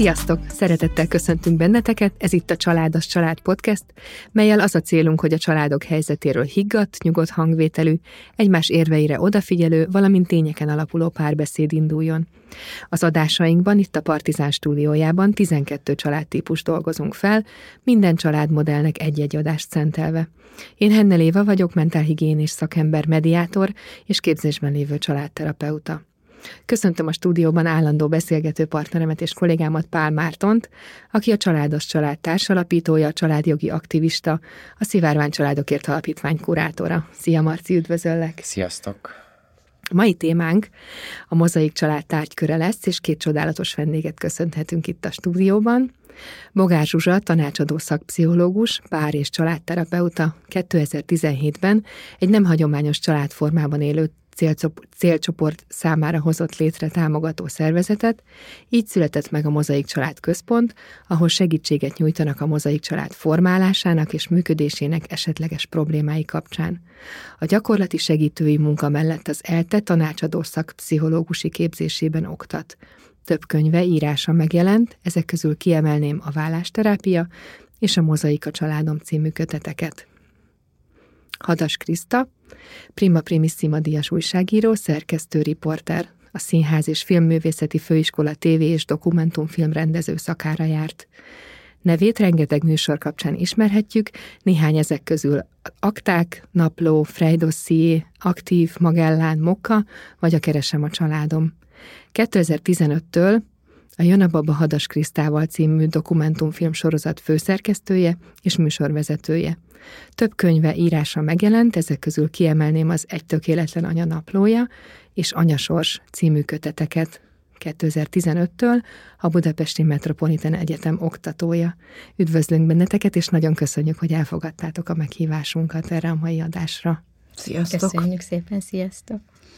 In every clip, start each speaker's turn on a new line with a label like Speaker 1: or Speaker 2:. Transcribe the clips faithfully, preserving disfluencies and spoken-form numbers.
Speaker 1: Sziasztok! Szeretettel köszöntünk benneteket, ez itt a Családos Család Podcast, mellyel az a célunk, hogy a családok helyzetéről higgadt, nyugodt hangvételű, egymás érveire odafigyelő, valamint tényeken alapuló párbeszéd induljon. Az adásainkban itt a Partizán stúdiójában tizenkét családtípus dolgozunk fel, minden családmodellnek egy-egy adást szentelve. Én Hennel Éva vagyok, mentálhigiénés szakember, mediátor és képzésben lévő családterapeuta. Köszöntöm a stúdióban állandó beszélgető partneremet és kollégámat, Pál Mártont, aki a Családos Család társalapítója, családjogi aktivista, a Szivárvány Családokért Alapítvány kurátora. Szia Marci, üdvözöllek!
Speaker 2: Sziasztok!
Speaker 1: A mai témánk a Mozaik Család tárgyköre lesz, és két csodálatos vendéget köszönhetünk itt a stúdióban. Bogár Zsuzsa, tanácsadó szakpszichológus, pár- és családterapeuta, kétezer-tizenhétben egy nem hagyományos családformában élő célcsoport számára hozott létre támogató szervezetet, így született meg a Mozaik Család Központ, ahol segítséget nyújtanak a mozaik család formálásának és működésének esetleges problémái kapcsán. A gyakorlati segítői munka mellett az ELTE tanácsadó szakpszichológusi képzésében oktat. Több könyve, írása megjelent, ezek közül kiemelném a Vállásterápia és a Mozaik a családom című köteteket. Hadas Kriszta, Prima Primissima díjas újságíró, szerkesztő, riporter, a Színház és Filmművészeti Főiskola tévé és dokumentumfilm rendező szakára járt. Nevét rengeteg műsor kapcsán ismerhetjük, néhány ezek közül Akták, Napló, Frejdosszié, Aktív, Magellán, Mokka vagy a Keresem a családom. kétezer-tizenöttől a Jön a baba Hadas Krisztával című dokumentumfilm sorozat főszerkesztője és műsorvezetője. Több könyve, írása megjelent, ezek közül kiemelném az Egy tökéletlen anya naplója és Anyasors című köteteket. kétezer-tizenöttől a Budapesti Metropolitan Egyetem oktatója. Üdvözlünk benneteket, és nagyon köszönjük, hogy elfogadtátok a meghívásunkat erre a mai adásra.
Speaker 3: Sziasztok! Köszönjük szépen, sziasztok!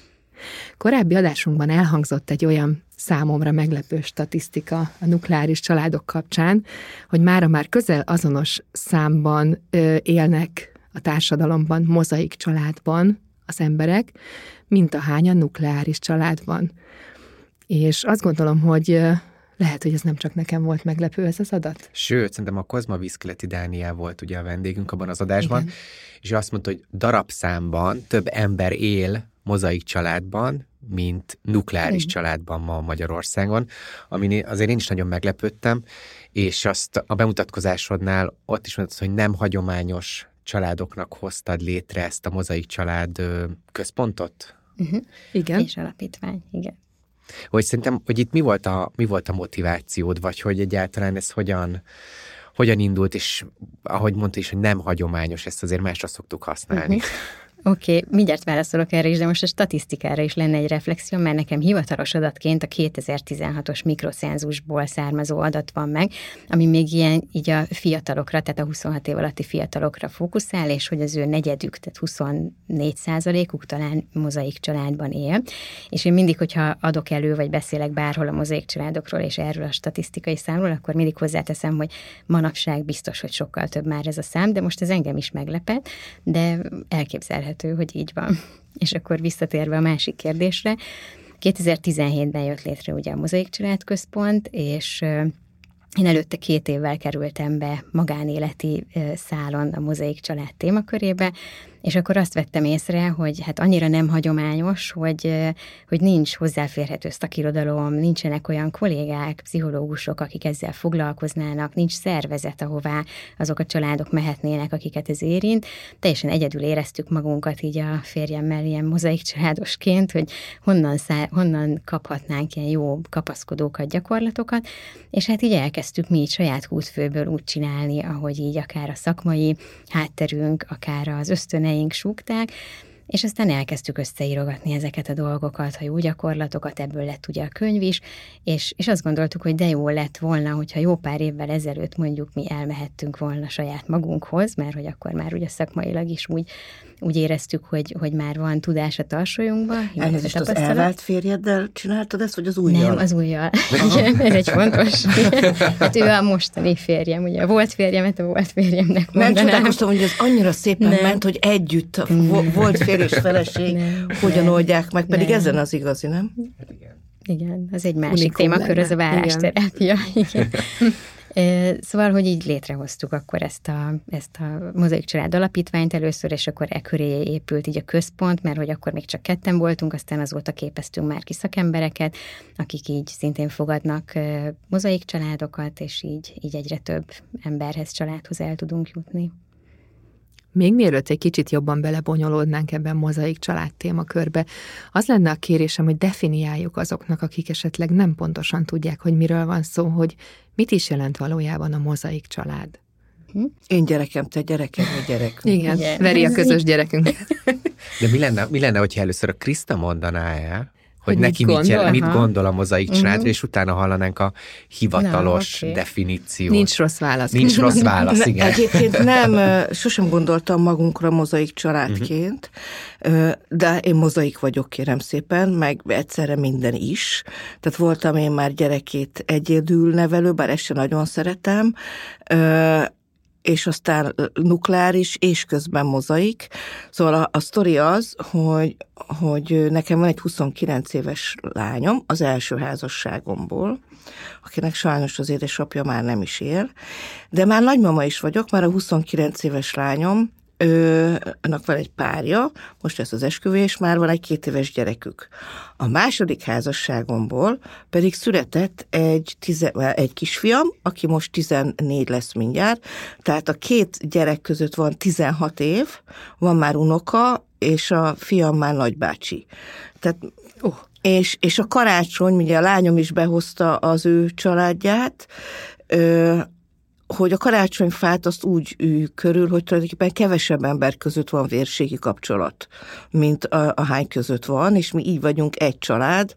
Speaker 1: Korábbi adásunkban elhangzott egy olyan számomra meglepő statisztika a nukleáris családok kapcsán, hogy mára már közel azonos számban ö, élnek a társadalomban, mozaik családban az emberek, mint ahányan nukleáris családban. És azt gondolom, hogy ö, lehet, hogy ez nem csak nekem volt meglepő ez az adat.
Speaker 2: Sőt, szerintem a Kozma Viszkeleti Dániel volt ugye a vendégünk abban az adásban, igen. És azt mondta, hogy darabszámban több ember él mozaik családban, mint nukleáris Igen. családban ma Magyarországon, amin azért én is nagyon meglepődtem, és azt a bemutatkozásodnál ott is mondtad, hogy nem hagyományos családoknak hoztad létre ezt a mozaik család központot?
Speaker 3: Uh-huh.
Speaker 1: Igen.
Speaker 3: És alapítvány, igen.
Speaker 2: Hogy szerintem, hogy itt mi volt a, mi volt a motivációd, vagy hogy egyáltalán ez hogyan, hogyan indult, és ahogy mondta is, hogy nem hagyományos, ezt azért másra szoktuk használni.
Speaker 3: Uh-huh. Oké, okay, mindjárt válaszolok erre is, de most a statisztikára is lenne egy reflexió, mert nekem hivatalos adatként a kétezer-tizenhatos mikrocenzusból származó adat van meg, ami még ilyen így a fiatalokra, tehát a huszonhat év alatti fiatalokra fókuszál, és hogy az ő negyedük, tehát huszonnégy százalékuk talán mozaik családban él. És én mindig, hogyha adok elő, vagy beszélek bárhol a mozaik családokról, és erről a statisztikai számról, akkor mindig hozzáteszem, hogy manapság biztos, hogy sokkal több már ez a szám, de most ez engem is meglepett, de elképzelhető, hogy így van. És akkor visszatérve a másik kérdésre, kétezer-tizenhétben jött létre ugye a Mozaik Család Központ, és én előtte két évvel kerültem be magánéleti szálon a Mozaik Család témakörébe, és akkor azt vettem észre, hogy hát annyira nem hagyományos, hogy, hogy nincs hozzáférhető szakirodalom, nincsenek olyan kollégák, pszichológusok, akik ezzel foglalkoznának, nincs szervezet, ahová azok a családok mehetnének, akiket ez érint. Teljesen egyedül éreztük magunkat így a férjemmel ilyen mozaik családosként, hogy honnan, szá- honnan kaphatnánk ilyen jó kapaszkodókat, gyakorlatokat, és hát így elkezdtük mi így saját húsfőből úgy csinálni, ahogy így akár a szakmai hátterünk, akár az ösztöneink súgták, és aztán elkezdtük összeírogatni ezeket a dolgokat, ha jó gyakorlatokat, ebből lett ugye a könyv is, és, és azt gondoltuk, hogy de jó lett volna, hogyha jó pár évvel ezelőtt mondjuk mi elmehettünk volna saját magunkhoz, mert hogy akkor már ugye szakmailag is úgy, úgy éreztük, hogy, hogy már van tudás a tarsolyunkban.
Speaker 4: Elnézést, az elvált férjeddel csináltad ezt, vagy az újjal?
Speaker 3: Nem, az újjal. Igen, ez egy fontos. Hát ő a mostani férjem, ugye a volt férjemet a volt férjemnek mondanám.
Speaker 4: Nem csodálkoztam, hogy ez annyira szépen nem. ment, hogy együtt a volt férj és feleség nem. hogyan nem. oldják meg, pedig nem. ezen az igazi, nem?
Speaker 3: Igen, az egy másik témakör, az a várásterápia. Igen. Szóval, hogy így létrehoztuk akkor ezt a, ezt a Mozaik Család Alapítványt először, és akkor e köré épült így a központ, mert hogy akkor még csak ketten voltunk, aztán azóta képeztünk már ki szakembereket, akik így szintén fogadnak mozaik családokat, és így, így egyre több emberhez, családhoz el tudunk jutni.
Speaker 1: Még mielőtt egy kicsit jobban belebonyolódnánk ebben mozaik család témakörbe, az lenne a kérésem, hogy definiáljuk azoknak, akik esetleg nem pontosan tudják, hogy miről van szó, hogy mit is jelent valójában a mozaik család.
Speaker 4: Én gyerekem, te gyerekem, vagy gyerekünk.
Speaker 1: Igen, Igen. Veri a közös gyerekünk.
Speaker 2: De mi lenne, mi lenne, hogyha először a Kriszta mondaná el, hogy, hogy neki
Speaker 1: mit
Speaker 2: mit,
Speaker 1: gondol,
Speaker 2: jel, mit gondol a mozaik családra, uh-huh. és utána hallanánk a hivatalos
Speaker 3: Na, okay.
Speaker 2: definíciót.
Speaker 1: Nincs rossz válasz.
Speaker 2: Nincs rossz válasz, igen.
Speaker 4: Egyébként nem, sosem gondoltam magunkra mozaik családként, uh-huh. de én mozaik vagyok, kérem szépen, meg egyszerre minden is. Tehát voltam én már gyerekét egyedül nevelő, bár ezt sem nagyon szeretem, és aztán nukleáris, és közben mozaik. Szóval a, a sztori az, hogy, hogy nekem van egy huszonkilenc éves lányom az első házasságomból, akinek sajnos az édesapja már nem is él, de már nagymama is vagyok, már a huszonkilenc éves lányom, önnek van egy párja, most ez az esküvés, már van egy két éves gyerekük. A második házasságomból pedig született egy, tize, egy kisfiam, aki most tizennégy lesz mindjárt, tehát a két gyerek között van tizenhat év, van már unoka, és a fiam már nagybácsi. Tehát, uh, és, és a karácsony, ugye a lányom is behozta az ő családját, ö, hogy a karácsonyfát azt úgy körül, hogy tulajdonképpen kevesebb ember között van vérségi kapcsolat, mint a, a hány között van, és mi így vagyunk egy család,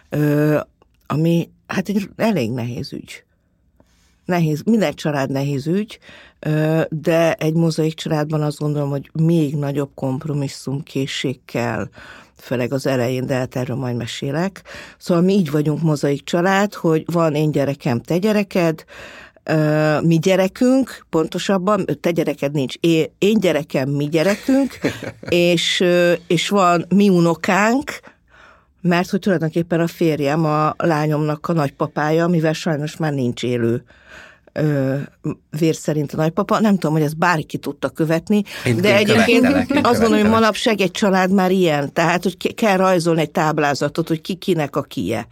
Speaker 4: ami hát egy elég nehéz ügy. Nehéz, minden család nehéz ügy, de egy mozaik családban azt gondolom, hogy még nagyobb kompromisszumkészség kell, főleg az elején, de hát erről majd mesélek. Szóval mi így vagyunk mozaik család, hogy van én gyerekem, te gyereked, mi gyerekünk, pontosabban, te gyereked nincs, én, én gyerekem, mi gyerekünk, és, és van mi unokánk, mert hogy tulajdonképpen a férjem a lányomnak a nagypapája, mivel sajnos már nincs élő ö, vér szerint a nagypapa. Nem tudom, hogy ezt bárki tudta követni, én de én egyébként azt gondolom, hogy manapság egy család már ilyen, tehát hogy kell rajzolni egy táblázatot, hogy ki kinek a kie.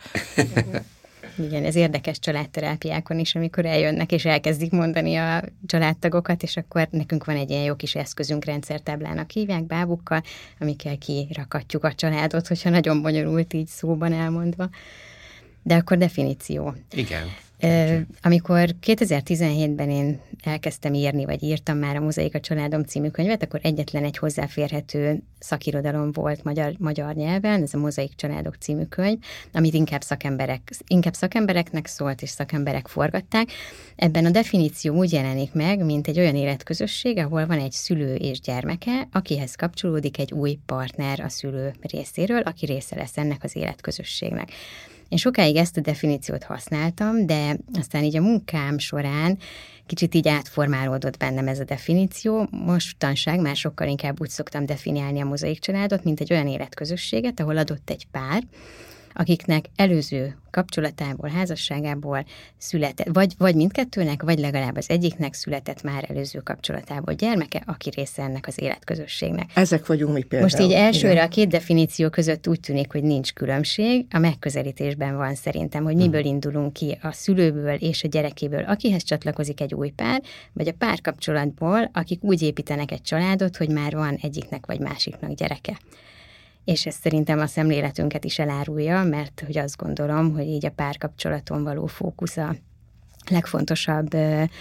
Speaker 3: Igen, ez érdekes családterápiákon is, amikor eljönnek és elkezdik mondani a családtagokat, és akkor nekünk van egy ilyen jó kis eszközünk, rendszertáblának hívják, bábukkal, amikkel kirakatjuk a családot, hogyha nagyon bonyolult így szóban elmondva. De akkor definíció.
Speaker 2: Igen.
Speaker 3: Uh, amikor kétezer-tizenhétben én elkezdtem írni, vagy írtam már a Mozaik a családom című könyvet, akkor egyetlen egy hozzáférhető szakirodalom volt magyar, magyar nyelven, ez a Mozaik családok című könyv, amit inkább, szakemberek, inkább szakembereknek szólt, és szakemberek forgatták. Ebben a definíció úgy jelenik meg, mint egy olyan életközösség, ahol van egy szülő és gyermeke, akihez kapcsolódik egy új partner a szülő részéről, aki része lesz ennek az életközösségnek. Én sokáig ezt a definíciót használtam, de aztán így a munkám során kicsit így átformálódott bennem ez a definíció. Mostanság már sokkal inkább úgy szoktam definiálni a mozaik családot, mint egy olyan életközösséget, ahol adott egy pár, akiknek előző kapcsolatából, házasságából született, vagy, vagy mindkettőnek, vagy legalább az egyiknek született már előző kapcsolatából gyermeke, aki része ennek az életközösségnek.
Speaker 4: Ezek vagyunk mi például.
Speaker 3: Most így elsőre igen. A két definíció között úgy tűnik, hogy nincs különbség, a megközelítésben van szerintem, hogy miből indulunk ki, a szülőből és a gyerekéből, akihez csatlakozik egy új pár, vagy a párkapcsolatból, akik úgy építenek egy családot, hogy már van egyiknek vagy másiknak gyereke. És ez szerintem a szemléletünket is elárulja, mert hogy azt gondolom, hogy így a párkapcsolaton való fókusz a legfontosabb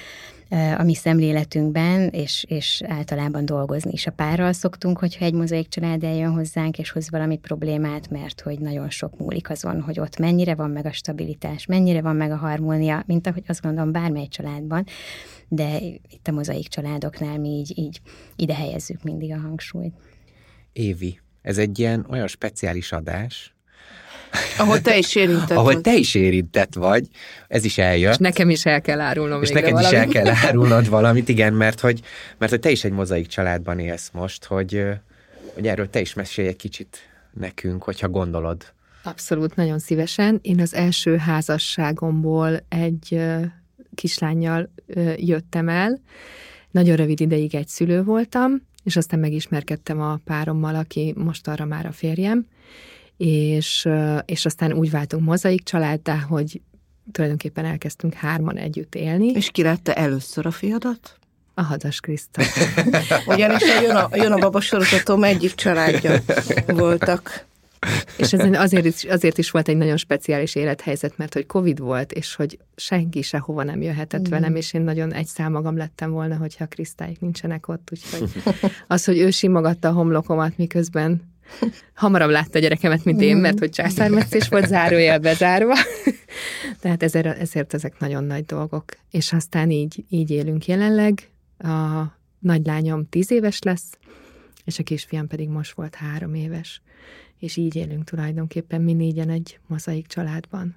Speaker 3: a mi szemléletünkben, és, és általában dolgozni is a párral szoktunk, hogyha egy mozaik család eljön hozzánk, és hoz valami problémát, mert hogy nagyon sok múlik azon, hogy ott mennyire van meg a stabilitás, mennyire van meg a harmónia, mint ahogy azt gondolom bármely családban, de itt a mozaik családoknál mi így, így ide helyezzük mindig a hangsúlyt.
Speaker 2: Évi. Ez egy ilyen olyan speciális adás,
Speaker 4: ahol te is érintett
Speaker 2: ahol
Speaker 4: vagy.
Speaker 2: te is érintett vagy, ez is eljött.
Speaker 1: És nekem is el kell árulnom
Speaker 2: És
Speaker 1: végre
Speaker 2: neked
Speaker 1: valamit.
Speaker 2: is el kell árulnod valamit, igen, mert hogy, mert hogy te is egy mozaik családban élsz most, hogy, hogy erről te is mesélj egy kicsit nekünk, hogyha gondolod.
Speaker 1: Abszolút, nagyon szívesen. Én az első házasságomból egy kislánnyal jöttem el. Nagyon rövid ideig egy szülő voltam, és aztán megismerkedtem a párommal, aki most arra már a férjem, és, és aztán úgy váltunk mozaik családdá, hogy tulajdonképpen elkezdtünk hárman együtt élni.
Speaker 4: És ki látta először a fiadat?
Speaker 1: A Hadas Kriszta.
Speaker 4: Ugyanis a Jön a, Jön a Baba sorozatom egyik családja voltak.
Speaker 1: És ez azért is, azért is volt egy nagyon speciális élethelyzet, mert hogy Covid volt, és hogy senki sehova nem jöhetett mm. velem, és én nagyon egy szám magam lettem volna, hogyha a Krisztáik nincsenek ott, úgyhogy az, hogy ő simogatta a homlokomat, miközben hamarabb látta a gyerekemet, mint én, mert hogy császármetszés volt, zárójel bezárva. Tehát ezért, ezért ezek nagyon nagy dolgok. És aztán így, így élünk jelenleg. A nagylányom tíz éves lesz, és a kisfiam pedig most volt három éves. És így élünk tulajdonképpen mi négyen egy mozaik családban.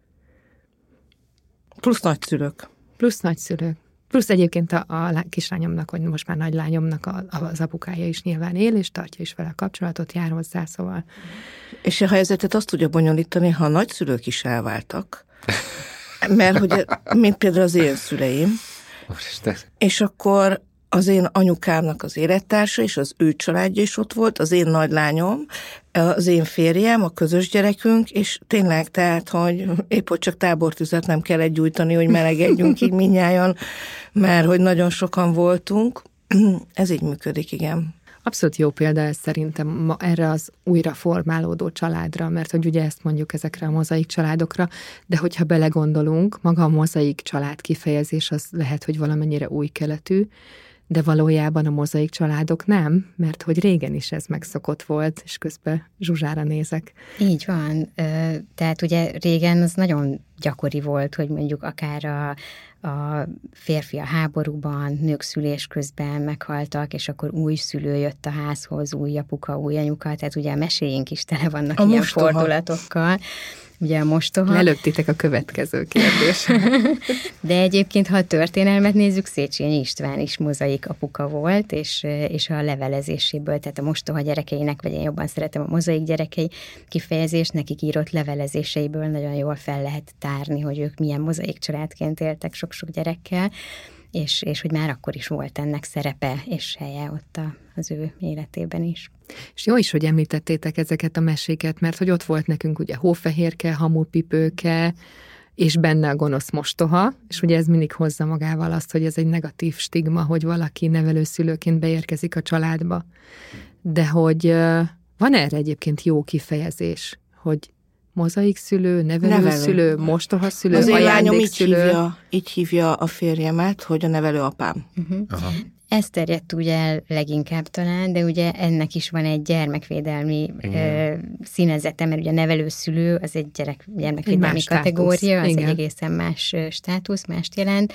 Speaker 4: Plusz nagyszülők.
Speaker 1: Plusz nagyszülők. Plusz egyébként a, a kislányomnak, vagy most már nagylányomnak a, az apukája is nyilván él, és tartja is vele a kapcsolatot, jár hozzá, szóval.
Speaker 4: És a helyzetet azt tudja bonyolítani, ha a nagyszülők is elváltak, mert hogy, mint például az én szüleim, és akkor az én anyukámnak az élettársa, és az ő családja is ott volt, az én nagylányom, az én férjem, a közös gyerekünk, és tényleg, tehát, hogy épp hogy csak tábortüzet nem kellett gyújtani, hogy melegedjünk így mindnyájan, mert hogy nagyon sokan voltunk. Ez így működik, igen.
Speaker 1: Abszolút jó példa ez szerintem ma erre az újra formálódó családra, mert hogy ugye ezt mondjuk ezekre a mozaik családokra, de hogyha belegondolunk, maga a mozaik család kifejezés az lehet, hogy valamennyire új keletű, de valójában a mozaik családok nem, mert hogy régen is ez megszokott volt, és közben Zsuzsára nézek.
Speaker 3: Így van. Tehát ugye régen az nagyon gyakori volt, hogy mondjuk akár a, a férfi a háborúban, nők szülés közben meghaltak, és akkor új szülő jött a házhoz, új apuka, új anyuka, tehát ugye a meséink is tele vannak a ilyen mostoha. Fordulatokkal. Ugye a mostoha.
Speaker 1: Lelöktitek a következő kérdés.
Speaker 3: De egyébként, ha a történelmet nézzük, Széchenyi István is mozaik apuka volt, és, és a levelezéséből, tehát a mostoha gyerekeinek, vagy én jobban szeretem a mozaik gyerekei kifejezést, nekik írott levelezéseiből nagyon jól fel lehet tárni, hogy ők milyen mozaik családként éltek sok-sok gyerekkel, és, és hogy már akkor is volt ennek szerepe és helye ott a, az ő életében is.
Speaker 1: És jó is, hogy említettétek ezeket a meséket, mert hogy ott volt nekünk ugye hófehérke, hamupipőke, és benne a gonosz mostoha, és ugye ez mindig hozza magával azt, hogy ez egy negatív stigma, hogy valaki nevelőszülőként beérkezik a családba. De hogy van erre egyébként jó kifejezés, hogy mozaik szülő, nevelőszülő, Nevelő. mostoha szülő,
Speaker 4: az
Speaker 1: ajándékszülő.
Speaker 4: így hívja, így hívja a férjemet, hogy a nevelőapám.
Speaker 3: Uh-huh. Aha. Ez terjedt ugye el leginkább talán, de ugye ennek is van egy gyermekvédelmi ö, színezete, mert ugye a nevelőszülő az egy gyerek, gyermekvédelmi egy kategória, az Igen. egy egészen más státusz, mást jelent.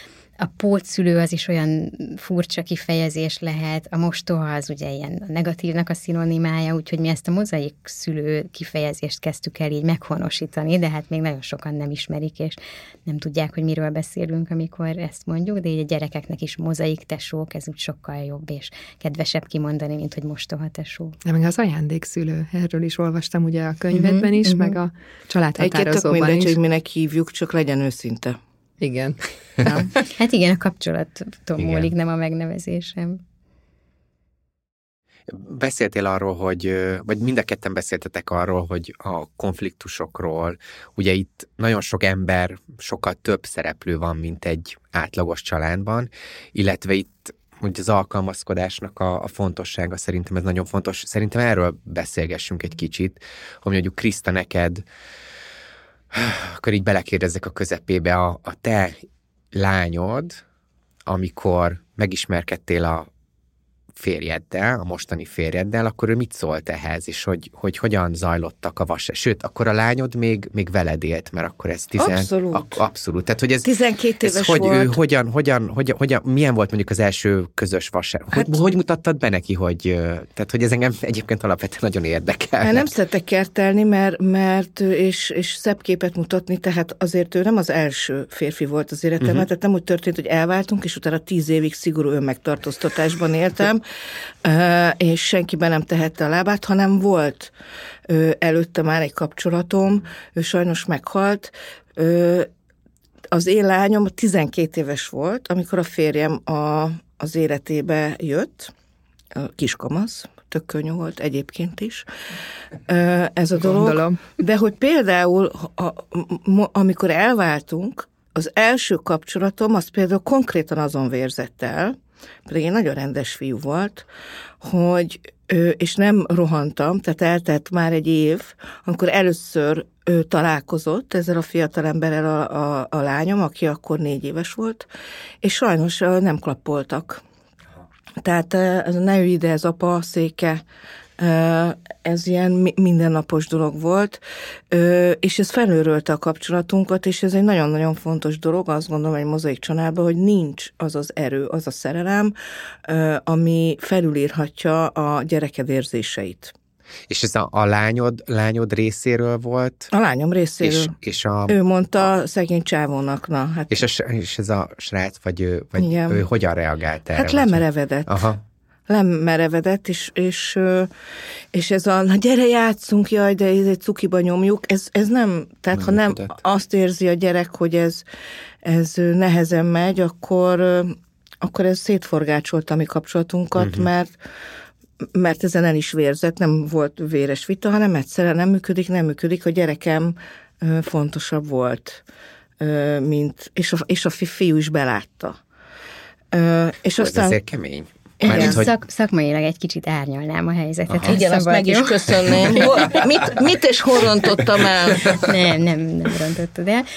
Speaker 3: A pótszülő az is olyan furcsa kifejezés lehet, a mostoha az ugye ilyen a negatívnak a szinonimája, úgyhogy mi ezt a mozaik szülő kifejezést kezdtük el így meghonosítani, de hát még nagyon sokan nem ismerik, és nem tudják, hogy miről beszélünk, amikor ezt mondjuk, de így a gyerekeknek is mozaik tesók, ez úgy sokkal jobb és kedvesebb kimondani, mint hogy mostoha tesó.
Speaker 1: De meg az ajándékszülő, erről is olvastam ugye a könyvedben uh-huh, is, uh-huh. meg a családhatározóban is.
Speaker 4: Mindegy, hogy minek hívjuk, csak legyen őszinte.
Speaker 1: Igen.
Speaker 3: Ja. Hát igen, a kapcsolatom múlik, nem a megnevezésem.
Speaker 2: Beszéltél arról, hogy, vagy mind a ketten beszéltetek arról, hogy a konfliktusokról, ugye itt nagyon sok ember, sokkal több szereplő van, mint egy átlagos családban, illetve itt ugye az alkalmazkodásnak a, a fontossága szerintem ez nagyon fontos. Szerintem erről beszélgessünk egy kicsit, hogy mondjuk Kriszta neked akkor így belekérdezzek a közepébe, a, a te lányod, amikor megismerkedtél a férjeddel, a mostani férjeddel, akkor ő mit szólt ehhez, és hogy, hogy hogyan zajlottak a vas... Sőt, akkor a lányod még, még veled élt, mert akkor ez tizen...
Speaker 4: Abszolút.
Speaker 2: A, abszolút. Tehát, hogy ez,
Speaker 4: tizenkét éves
Speaker 2: ez, hogy
Speaker 4: volt.
Speaker 2: Ő hogyan, hogyan, hogyan, hogyan, milyen volt mondjuk az első közös vasárnap? Hát, hogy, hogy mutattad be neki, hogy... Tehát, hogy ez engem egyébként alapvetően nagyon érdekel.
Speaker 4: Hát nem szeretek kertelni, mert, mert és, és szebb képet mutatni, tehát azért ő nem az első férfi volt az életemben, uh-huh. tehát nem úgy történt, hogy elváltunk, és utána tíz évig szigorú önmegtartóztatásban éltem, és senkiben nem tehette a lábát, hanem volt előtte már egy kapcsolatom, ő sajnos meghalt. Az én lányom tizenkét éves volt, amikor a férjem a, az életébe jött, a kiskamasz, tök könnyű volt egyébként is ez a dolog. Gondolom. De hogy például, a, amikor elváltunk, az első kapcsolatom, az például konkrétan azon vérzett el, pedig egy nagyon rendes fiú volt, hogy, és nem rohantam, tehát eltelt már egy év, amikor először ő találkozott ezzel a fiatal emberrel a, a, a lányom, aki akkor négy éves volt, és sajnos nem klappoltak. Tehát ez a ne ülj ide, ez apa széke, ez ilyen mindennapos dolog volt, és ez felőrölte a kapcsolatunkat, és ez egy nagyon-nagyon fontos dolog, azt gondolom egy mozaik családban, hogy nincs az az erő, az a szerelem, ami felülírhatja a gyereked érzéseit.
Speaker 2: És ez a, a lányod, lányod részéről volt?
Speaker 4: A lányom részéről. És, és a, ő mondta a, szegény csávónak. Na, hát,
Speaker 2: és, a, és ez a srác, vagy, ő, vagy ő hogyan reagált erre?
Speaker 4: Hát lemerevedett. Aha. Lemerevedett, és, és, és ez a, na gyere játszunk, jaj, de ez egy cukiba nyomjuk, ez, ez nem, tehát nem ha nem tudott. Azt érzi a gyerek, hogy ez, ez nehezen megy, akkor, akkor ez szétforgácsolta a mi kapcsolatunkat, uh-huh. mert mert ezen el is vérzett, nem volt véres vita, hanem egyszerűen nem működik, nem működik, a gyerekem fontosabb volt, mint, és a, és a fiú is belátta. És
Speaker 2: aztán, ez azért kemény.
Speaker 3: Igen, hogy... Szak, szakmailag egy kicsit árnyalnám a helyzetet.
Speaker 4: Igen, azt meg is köszönném. mit, mit és hol rontottam el?
Speaker 3: Nem, nem, nem rontottad el.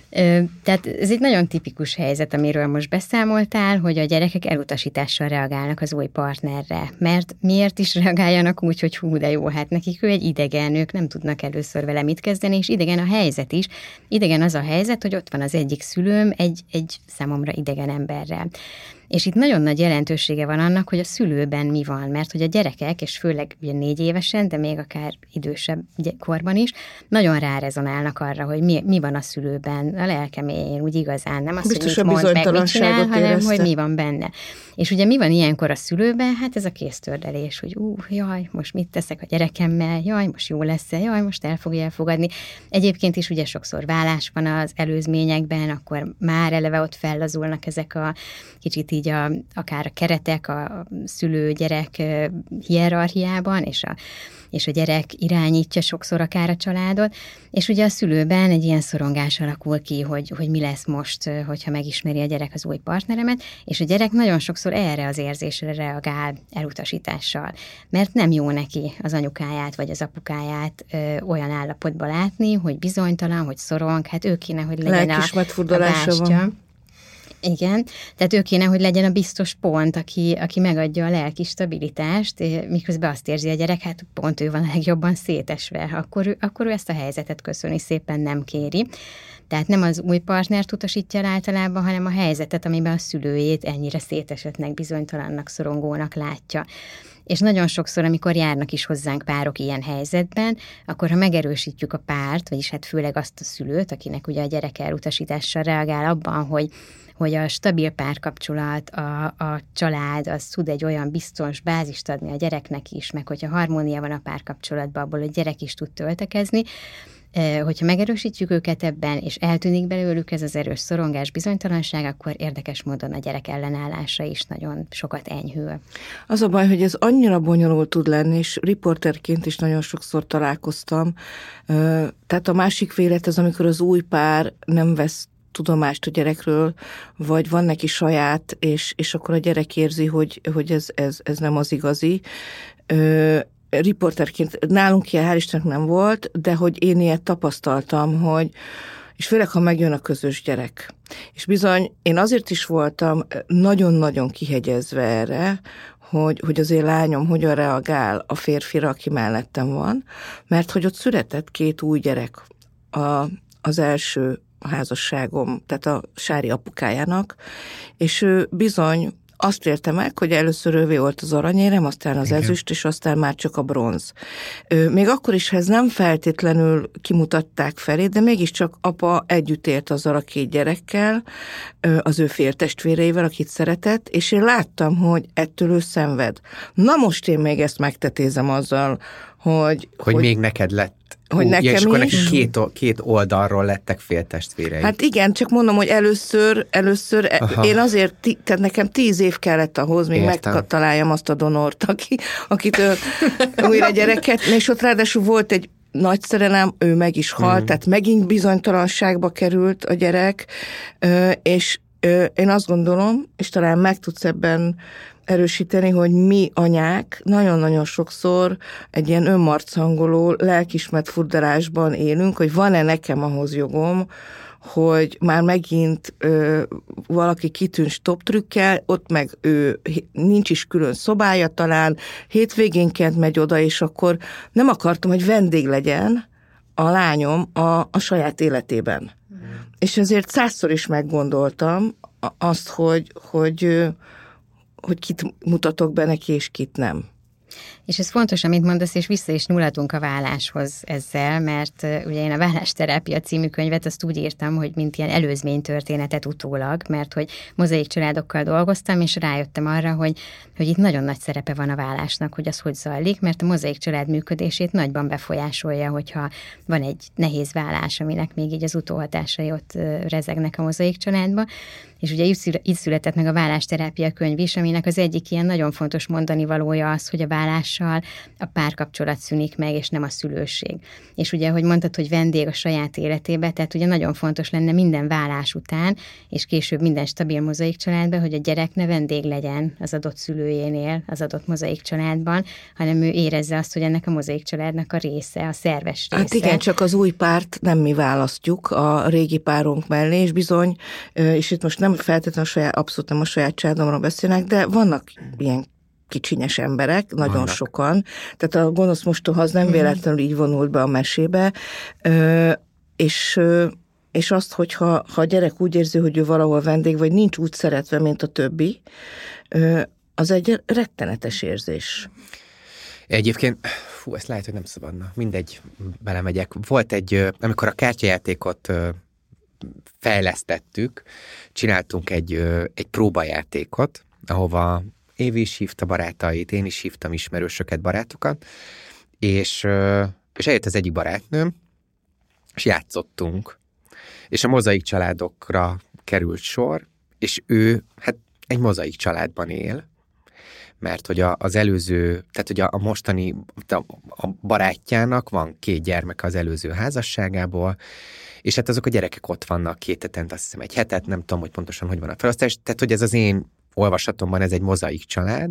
Speaker 3: Tehát ez egy nagyon tipikus helyzet, amiről most beszámoltál, hogy a gyerekek elutasítással reagálnak az új partnerre. Mert miért is reagáljanak úgy, hogy hú, de jó, hát nekik ő egy idegen, ők nem tudnak először vele mit kezdeni, és idegen a helyzet is. Idegen az a helyzet, hogy ott van az egyik szülőm egy, egy számomra idegen emberrel. És itt nagyon nagy jelentősége van annak, hogy a szülőben mi van, mert hogy a gyerekek, és főleg ugye négy évesen, de még akár idősebb korban is, nagyon rárezonálnak arra, hogy mi, mi van a szülőben, a lelkeméjén, úgy igazán, nem az,
Speaker 4: biztos
Speaker 3: hogy mit mond meg, mit csinál, hanem hogy mi van benne. És ugye mi van ilyenkor a szülőben? Hát ez a kéztördelés, hogy ú, jaj, most mit teszek a gyerekemmel, jaj, most jó lesz-e, jaj, most el fogja elfogadni. Egyébként is ugye sokszor válás van az előzményekben, akkor már eleve ott fellazulnak ezek a kicsit így a, akár a keretek a szülő-gyerek hierarchiában, és a, és a gyerek irányítja sokszor akár a családot, és ugye a szülőben egy ilyen szorongás alakul ki, hogy, hogy mi lesz most, hogyha megismeri a gyerek az új partneremet, és a gyerek nagyon sokszor erre az érzésre reagál elutasítással, mert nem jó neki az anyukáját vagy az apukáját ö, olyan állapotban látni, hogy bizonytalan, hogy szorong, hát ő kéne, hogy legyen a, a bástya. Igen, tehát ő kéne, hogy legyen a biztos pont, aki, aki megadja a lelki stabilitást, miközben azt érzi a gyerek, hát pont ő van a legjobban szétesve, akkor ő, akkor ő ezt a helyzetet köszöni szépen nem kéri. Tehát nem az új partnert utasítja el általában, hanem a helyzetet, amiben a szülőjét ennyire szétesettnek, bizonytalannak, szorongónak látja. És nagyon sokszor, amikor járnak is hozzánk párok ilyen helyzetben, akkor ha megerősítjük a párt, vagyis hát főleg azt a szülőt, akinek ugye a gyereke elutasítással reagál abban, hogy hogy a stabil párkapcsolat, a, a család, az tud egy olyan biztos bázist adni a gyereknek is, meg hogyha harmónia van a párkapcsolatban, abból a gyerek is tud töltekezni, hogyha megerősítjük őket ebben, és eltűnik belőlük ez az erős szorongás, bizonytalanság, akkor érdekes módon a gyerek ellenállása is nagyon sokat enyhül.
Speaker 4: Az a baj, hogy ez annyira bonyolult tud lenni, és riporterként is nagyon sokszor találkoztam. Tehát a másik vélet az, amikor az új pár nem vesz tudomást a gyerekről, vagy van neki saját, és, és akkor a gyerek érzi, hogy, hogy ez, ez, ez nem az igazi. Ö, riporterként nálunk ilyen hál' Istennek nem volt, de hogy én ilyet tapasztaltam, hogy és főleg, ha megjön a közös gyerek. És bizony, én azért is voltam nagyon-nagyon kihegyezve erre, hogy, hogy az én lányom hogyan reagál a férfira, aki mellettem van, mert hogy ott született két új gyerek a, az első a házasságom, tehát a Sári apukájának, és ő bizony azt érte meg, hogy először ővé volt az aranyérem, aztán az Igen. ezüst, és aztán már csak a bronz. Még akkor is, ha ez nem feltétlenül kimutatták felé, de mégiscsak apa együtt ért azzal a két gyerekkel, az ő féltestvéreivel, akit szeretett, és én láttam, hogy ettől ő szenved. Na most én még ezt megtetézem azzal, hogy...
Speaker 2: Hogy, hogy még neked lett.
Speaker 4: Hogy
Speaker 2: Ú,
Speaker 4: nekem
Speaker 2: ja, és akkor neki
Speaker 4: is.
Speaker 2: két, két oldalról lettek féltestvérei.
Speaker 4: Hát igen, csak mondom, hogy először, először Aha. én azért, tehát nekem tíz év kellett ahhoz, még Értem. megtaláljam azt a donort, aki, akit újra gyereket, és ott ráadásul volt egy nagy szerelem, ő meg is halt, mm. tehát megint bizonytalanságba került a gyerek, és én azt gondolom, és talán meg tudsz ebben erősíteni, hogy mi anyák nagyon-nagyon sokszor egy ilyen önmarcangoló, lelkismert furdalásban élünk, hogy van-e nekem ahhoz jogom, hogy már megint ö, valaki kitűnt stop trükkel, ott meg ő nincs is külön szobája talán, hétvégénként megy oda, és akkor nem akartam, hogy vendég legyen a lányom a, a saját életében. Mm. És ezért százszor is meggondoltam azt, hogy, hogy hogy kit mutatok be neki, és kit nem.
Speaker 3: És ez fontos, amit mondasz, és vissza is nyúlhatunk a válláshoz ezzel, mert uh, ugye én a Vállásterápia című könyvet azt úgy írtam, hogy mint ilyen előzménytörténetet utólag, mert hogy mozaik családokkal dolgoztam, és rájöttem arra, hogy, hogy itt nagyon nagy szerepe van a vállásnak, hogy az hogy zajlik, mert a mozaik család működését nagyban befolyásolja, hogyha van egy nehéz vállás, aminek még így az utóhatásai ott uh, rezegnek a mozaik családba, és ugye így született meg a Vállásterápia könyv is, aminek az egyik ilyen nagyon fontos mondani valója az, hogy a vállással a párkapcsolat szűnik meg, és nem a szülőség. És ugye, hogy mondtad, hogy vendég a saját életébe, tehát ugye nagyon fontos lenne minden vállás után, és később minden stabil mozaik családban, hogy a gyerek ne vendég legyen az adott szülőjénél, az adott mozaik családban, hanem ő érezze azt, hogy ennek a mozaik családnak a része, a szerves része.
Speaker 4: Hát igen, csak az új párt nem mi választjuk a régi párunk mellé, és bizony, és itt most nem feltétlenül a saját, abszolút nem a saját családomról beszélnek, de vannak ilyen kicsinyes emberek, nagyon vannak. Sokan. Tehát a gonosz mostoha az nem véletlenül így vonult be a mesébe, és, és azt, hogyha ha a gyerek úgy érzi, hogy ő valahol vendég, vagy nincs úgy szeretve, mint a többi, az egy rettenetes érzés.
Speaker 2: Egyébként, fú, ezt lehet, hogy nem szabadna. Mindegy, belemegyek. Volt egy, amikor a kártyajátékot fejlesztettük, csináltunk egy, egy próbajátékot, ahova Évi is hívta barátait, én is hívtam ismerősöket, barátokat, és, és eljött az egyik barátnőm, és játszottunk, és a mozaik családokra került sor, és ő hát egy mozaik családban él, mert hogy a, az előző, tehát hogy a, a mostani a, a barátjának van két gyermeke az előző házasságából, és hát azok a gyerekek ott vannak két hetent, azt hiszem egy hetet, nem tudom, hogy pontosan hogy van a felosztás, tehát hogy ez az én olvasatomban ez egy mozaik család,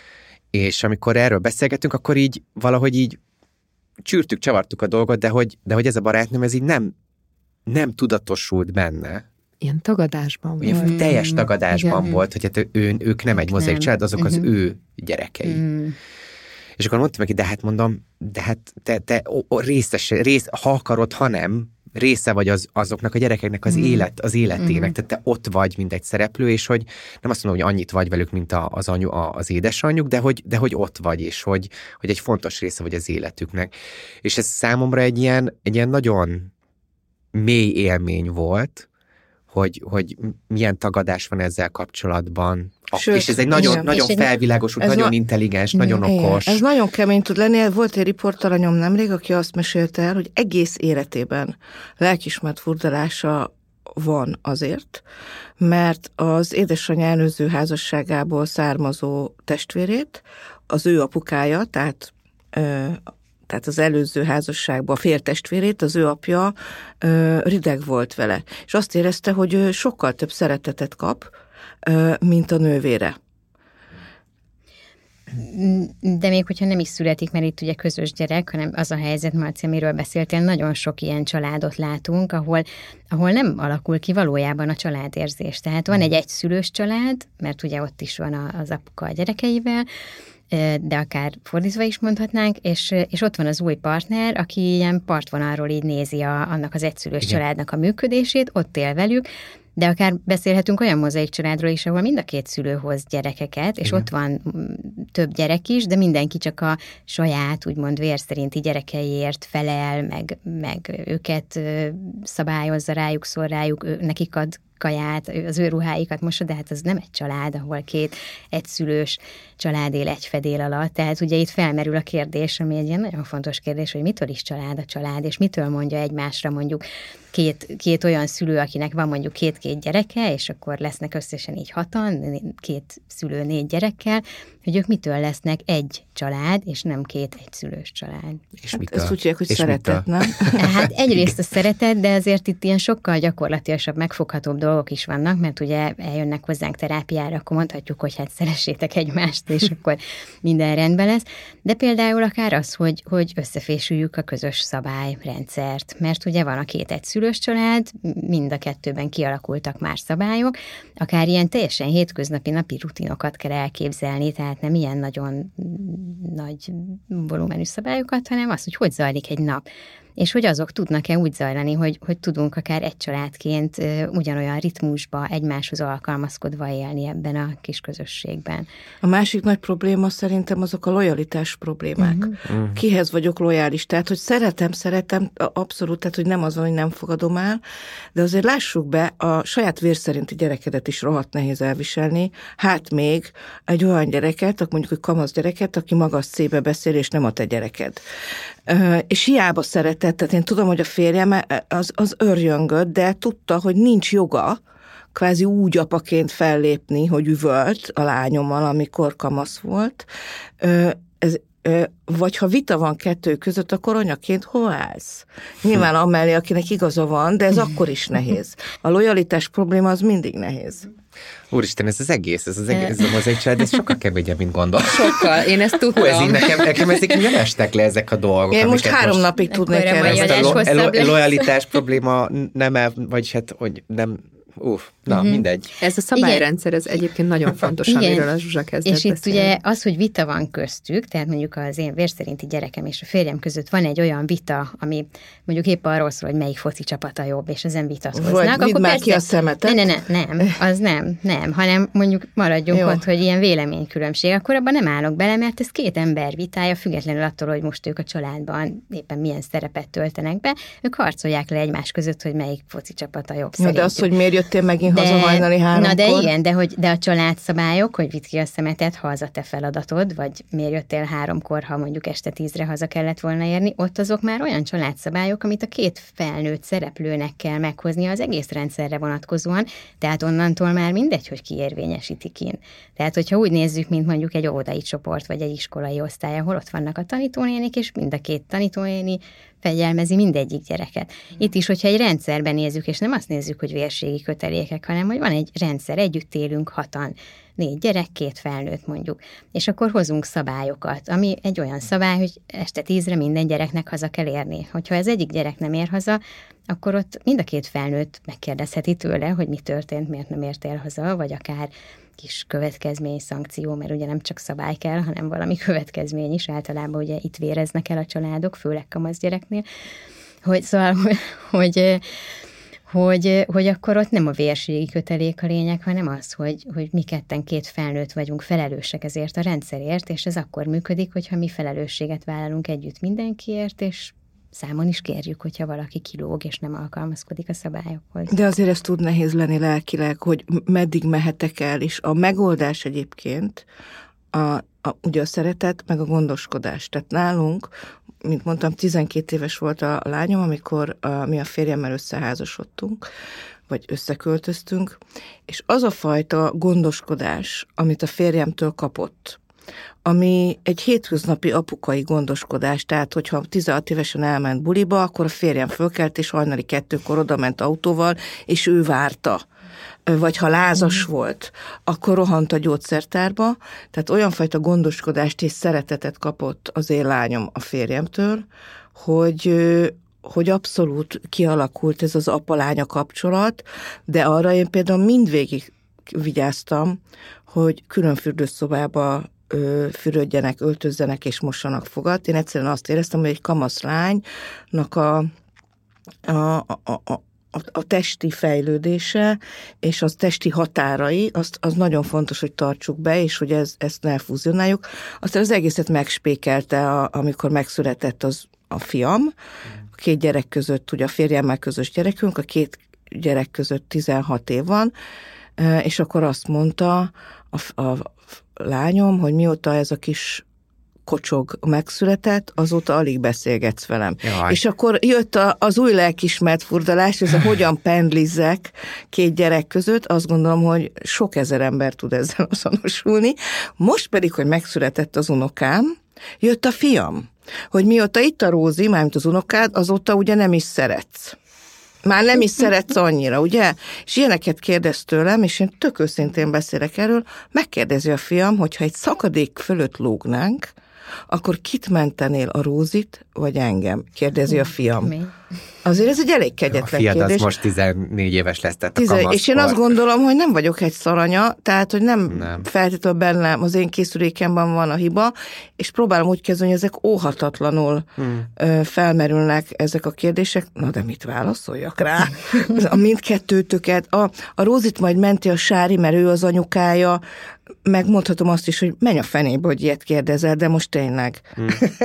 Speaker 2: és amikor erről beszélgetünk, akkor így valahogy így csűrtük, csavartuk a dolgot, de hogy, de hogy ez a barátnőm, ez így nem, nem tudatosult benne.
Speaker 1: Ilyen tagadásban
Speaker 2: volt. Ilyen teljes tagadásban Igen. volt, hogy hát ő, ők nem egy mozaik család, azok uh-huh. az ő gyerekei. Uh-huh. És akkor mondtam neki, de hát mondom, de hát te, te o, o, részes, rész, ha akarod, ha nem, része vagy az, azoknak a gyerekeknek az, mm. élet, az életének, mm. tehát te ott vagy, mint egy szereplő, és hogy nem azt mondom, hogy annyit vagy velük, mint a, az, anyu, a, az édesanyjuk, de hogy, de hogy ott vagy, és hogy, hogy egy fontos része vagy az életüknek. És ez számomra egy ilyen, egy ilyen nagyon mély élmény volt, hogy, hogy milyen tagadás van ezzel kapcsolatban. Sőt, és ez egy nagyon, igen, nagyon felvilágosult, nagyon na- intelligens, igen, nagyon okos.
Speaker 4: Ez nagyon kemény tud lenni. Volt egy riportalanyom nemrég, aki azt mesélte el, hogy egész életében lelkismert furdalása van azért, mert az édesanyja előző házasságából származó testvérét, az ő apukája, tehát ö, tehát az előző házasságban a féltestvérét, az ő apja ö, rideg volt vele. És azt érezte, hogy ő sokkal több szeretetet kap, ö, mint a nővére.
Speaker 3: De még hogyha nem is születik, mert itt ugye közös gyerek, hanem az a helyzet, Marci, amiről beszéltél, nagyon sok ilyen családot látunk, ahol, ahol nem alakul ki valójában a családérzés. Tehát van egy egyszülős család, mert ugye ott is van az apuka a gyerekeivel, de akár fordítva is mondhatnánk, és, és ott van az új partner, aki ilyen partvonalról így nézi a, annak az egyszülős Igen. családnak a működését, ott él velük, De akár beszélhetünk olyan mozaik családról is, ahol mind a két szülő hoz gyerekeket, és igen. ott van több gyerek is, de mindenki csak a saját, úgymond vér szerinti gyerekeiért felel, meg, meg őket szabályozza rájuk, szól rájuk, nekik ad kaját, az ő ruháikat mossa, de hát az nem egy család, ahol két egyszülős család él egy fedél alatt. Tehát ugye itt felmerül a kérdés, ami egy ilyen nagyon fontos kérdés, hogy mitől is család a család, és mitől mondja egymásra mondjuk két, két olyan szülő, akinek van mondjuk két-két gyereke, és akkor lesznek összesen így hatan, két szülő négy gyerekkel, hogy ők mitől lesznek egy család, és nem két egyszülős család.
Speaker 4: És hát ezt úgy hívják, hogy szeretet, nem?
Speaker 3: Hát egyrészt a szeretet, de azért itt ilyen sokkal gyakorlatilasabb, megfoghatóbb dolgok is vannak, mert ugye eljönnek hozzánk terápiára, akkor mondhatjuk, hogy hát szeressétek egymást, és akkor minden rendben lesz. De például akár az, hogy, hogy összefésüljük a közös szabályrendszert, mert ugye van a két egyszülős család, mind a kettőben kialakultak már szabályok, akár ilyen teljesen hétköznapi napi rutinokat kell elképzelni, tehát nem ilyen nagyon nagy volumenű szabályokat, hanem az, hogy hogy zajlik egy nap. És hogy azok tudnak-e úgy zajlani, hogy, hogy tudunk akár egy családként ugyanolyan ritmusba, egymáshoz alkalmazkodva élni ebben a kis közösségben.
Speaker 4: A másik nagy probléma szerintem azok a lojalitás problémák. Uh-huh. Kihez vagyok lojális? Tehát, hogy szeretem, szeretem, abszolút, tehát, hogy nem az van, hogy nem fogadom el, de azért lássuk be, a saját vér szerinti gyerekedet is rohadt nehéz elviselni, hát még egy olyan gyereket, mondjuk, hogy kamasz gyereket, aki magas szébe beszél, és nem a te gyereked. És hiába szeretett, tehát én tudom, hogy a férjem az, az örjöngött, de tudta, hogy nincs joga kvázi úgy apaként fellépni, hogy üvölt a lányommal, amikor kamasz volt. Ez, vagy ha vita van kettő között, akkor anyaként hol állsz? Nyilván amellé, akinek igaza van, de ez akkor is nehéz. A lojalitás probléma az mindig nehéz.
Speaker 2: Úristen, ez az egész, ez az egész, ez a mozaik család, ez sokkal keményebb, mint gondol.
Speaker 1: Sokkal, én ezt tudtam.
Speaker 2: Hú, ez így nekem, nekem ezek így nem estek le ezek a dolgok.
Speaker 4: Én most három most napig tudnék erre.
Speaker 2: Ezt a lo- lo- lojalitás probléma nem, el, vagy hát, hogy nem, uff, na, uh-huh. mindegy.
Speaker 1: Ez a szabályrendszer, ez egyébként nagyon fontos, igen. amiről a Zsuzsa kezdett
Speaker 3: És itt
Speaker 1: beszélni.
Speaker 3: ugye az, hogy vita van köztük, tehát mondjuk az én vérszerinti gyerekem és a férjem között van egy olyan vita, ami mondjuk épp arról szól, hogy melyik foci csapata jobb, és ezen vitatkoznak.
Speaker 4: Vagy vidd már ki a szemetet.
Speaker 3: Ne, ne, ne, nem, az nem, nem, hanem mondjuk maradjunk ott, hogy ilyen véleménykülönbség. Akkor abban nem állok bele, mert ez két ember vitája, függetlenül attól, hogy most ők a családban éppen milyen szerepet töltenek be, ők harcolják le egymás között, hogy melyik foci csapata jobb.
Speaker 4: Ja, de az, hogy miért jöttél megint
Speaker 3: de,
Speaker 4: haza hajnali háromkor?
Speaker 3: Na de igen, de, hogy, de a családszabályok, hogy vidd ki a szemetet, ha az a te feladatod, vagy miért jöttél háromkor, ha mondjuk este tízre haza kellett volna érni, ott azok már olyan családszabályok, amit a két felnőtt szereplőnek kell meghozni az egész rendszerre vonatkozóan, tehát onnantól már mindegy, hogy ki érvényesíti kin. Tehát, hogyha úgy nézzük, mint mondjuk egy óvodai csoport, vagy egy iskolai osztály, ahol ott vannak a tanítónénik, és mind a két tanítónéni fegyelmezi mindegyik gyereket. Itt is, hogyha egy rendszerben nézzük, és nem azt nézzük, hogy vérségi kötelékek, hanem hogy van egy rendszer, együtt élünk hatan, négy gyerek, két felnőtt mondjuk, és akkor hozunk szabályokat, ami egy olyan szabály, hogy este tízre minden gyereknek haza kell érni. Hogyha az egyik gyerek nem ér haza, akkor ott mind a két felnőtt megkérdezheti tőle, hogy mi történt, miért nem értél haza, vagy akár kis következmény, szankció, mert ugye nem csak szabály kell, hanem valami következmény is. Általában ugye itt véreznek el a családok, főleg kamasz gyereknél, hogy szóval, hogy, hogy, hogy, hogy akkor ott nem a vérségi kötelék a lényeg, hanem az, hogy, hogy mi ketten két felnőtt vagyunk felelősek ezért a rendszerért, és ez akkor működik, hogyha mi felelősséget vállalunk együtt mindenkiért, és számon is kérjük, hogyha valaki kilóg, és nem alkalmazkodik a szabályokhoz.
Speaker 4: De azért ez tud nehéz lenni lelkileg, hogy meddig mehetek el, és a megoldás egyébként a, a, ugye a szeretet, meg a gondoskodás. Tehát nálunk, mint mondtam, tizenkét éves volt a lányom, amikor a, mi a férjemmel összeházasodtunk, vagy összeköltöztünk, és az a fajta gondoskodás, amit a férjemtől kapott, ami egy hétköznapi apukai gondoskodás, tehát hogyha tizenhat évesen elment buliba, akkor a férjem fölkelt, és hajnali kettőkor oda ment autóval, és ő várta. Vagy ha lázas mm. volt, akkor rohant a gyógyszertárba, tehát olyan fajta gondoskodást és szeretetet kapott az én lányom a férjemtől, hogy hogy abszolút kialakult ez az apa-lánya kapcsolat, de arra én például mindvégig vigyáztam, hogy külön fürdőszobába fürödjenek, öltözzenek és mossanak fogat. Én egyszerűen azt éreztem, hogy egy kamasz lánynak a, a, a, a, a, a testi fejlődése és az testi határai, azt, az nagyon fontos, hogy tartsuk be, és hogy ez, ezt ne fúzionáljuk. Aztán az egészet megspékelte, a, amikor megszületett az a fiam. A két gyerek között, ugye a férjemmel közös gyerekünk, a két gyerek között tizenhat év van, és akkor azt mondta a, a lányom, hogy mióta ez a kis kocsog megszületett, azóta alig beszélgetsz velem. Jaj. És akkor jött a, az új lelkismert furdalás, ez a hogyan pendlizzek két gyerek között, azt gondolom, hogy sok ezer ember tud ezzel azonosulni. Most pedig, hogy megszületett az unokám, jött a fiam, hogy mióta itt a Rózi, mármint az unokád, azóta ugye nem is szeretsz. Már nem is szeretsz annyira, ugye? És ilyeneket kérdez tőlem, és én tök őszintén beszélek erről, megkérdezi a fiam, hogyha egy szakadék fölött lógnánk, akkor kit mentenél, a Rózit, vagy engem? Kérdezi a fiam. Mi? Azért ez egy elég kegyetlen
Speaker 2: kérdés. A fiad
Speaker 4: kérdés.
Speaker 2: az most tizennégy éves lesz, tehát a
Speaker 4: Tizen...
Speaker 2: kamaszkor.
Speaker 4: És én azt gondolom, hogy nem vagyok egy szaranya, tehát, hogy nem,
Speaker 2: nem. feltétlenül
Speaker 4: bennem, az én készülékemben van a hiba, és próbálom úgy kezdeni, hogy ezek óhatatlanul hmm. felmerülnek ezek a kérdések. Na, de mit válaszoljak rá? A mindkettőtöket. A, a Rózit majd menti a Sári, mert ő az anyukája, megmondhatom azt is, hogy menj a fenébe, hogy ilyet kérdezel, de most tényleg. Hmm.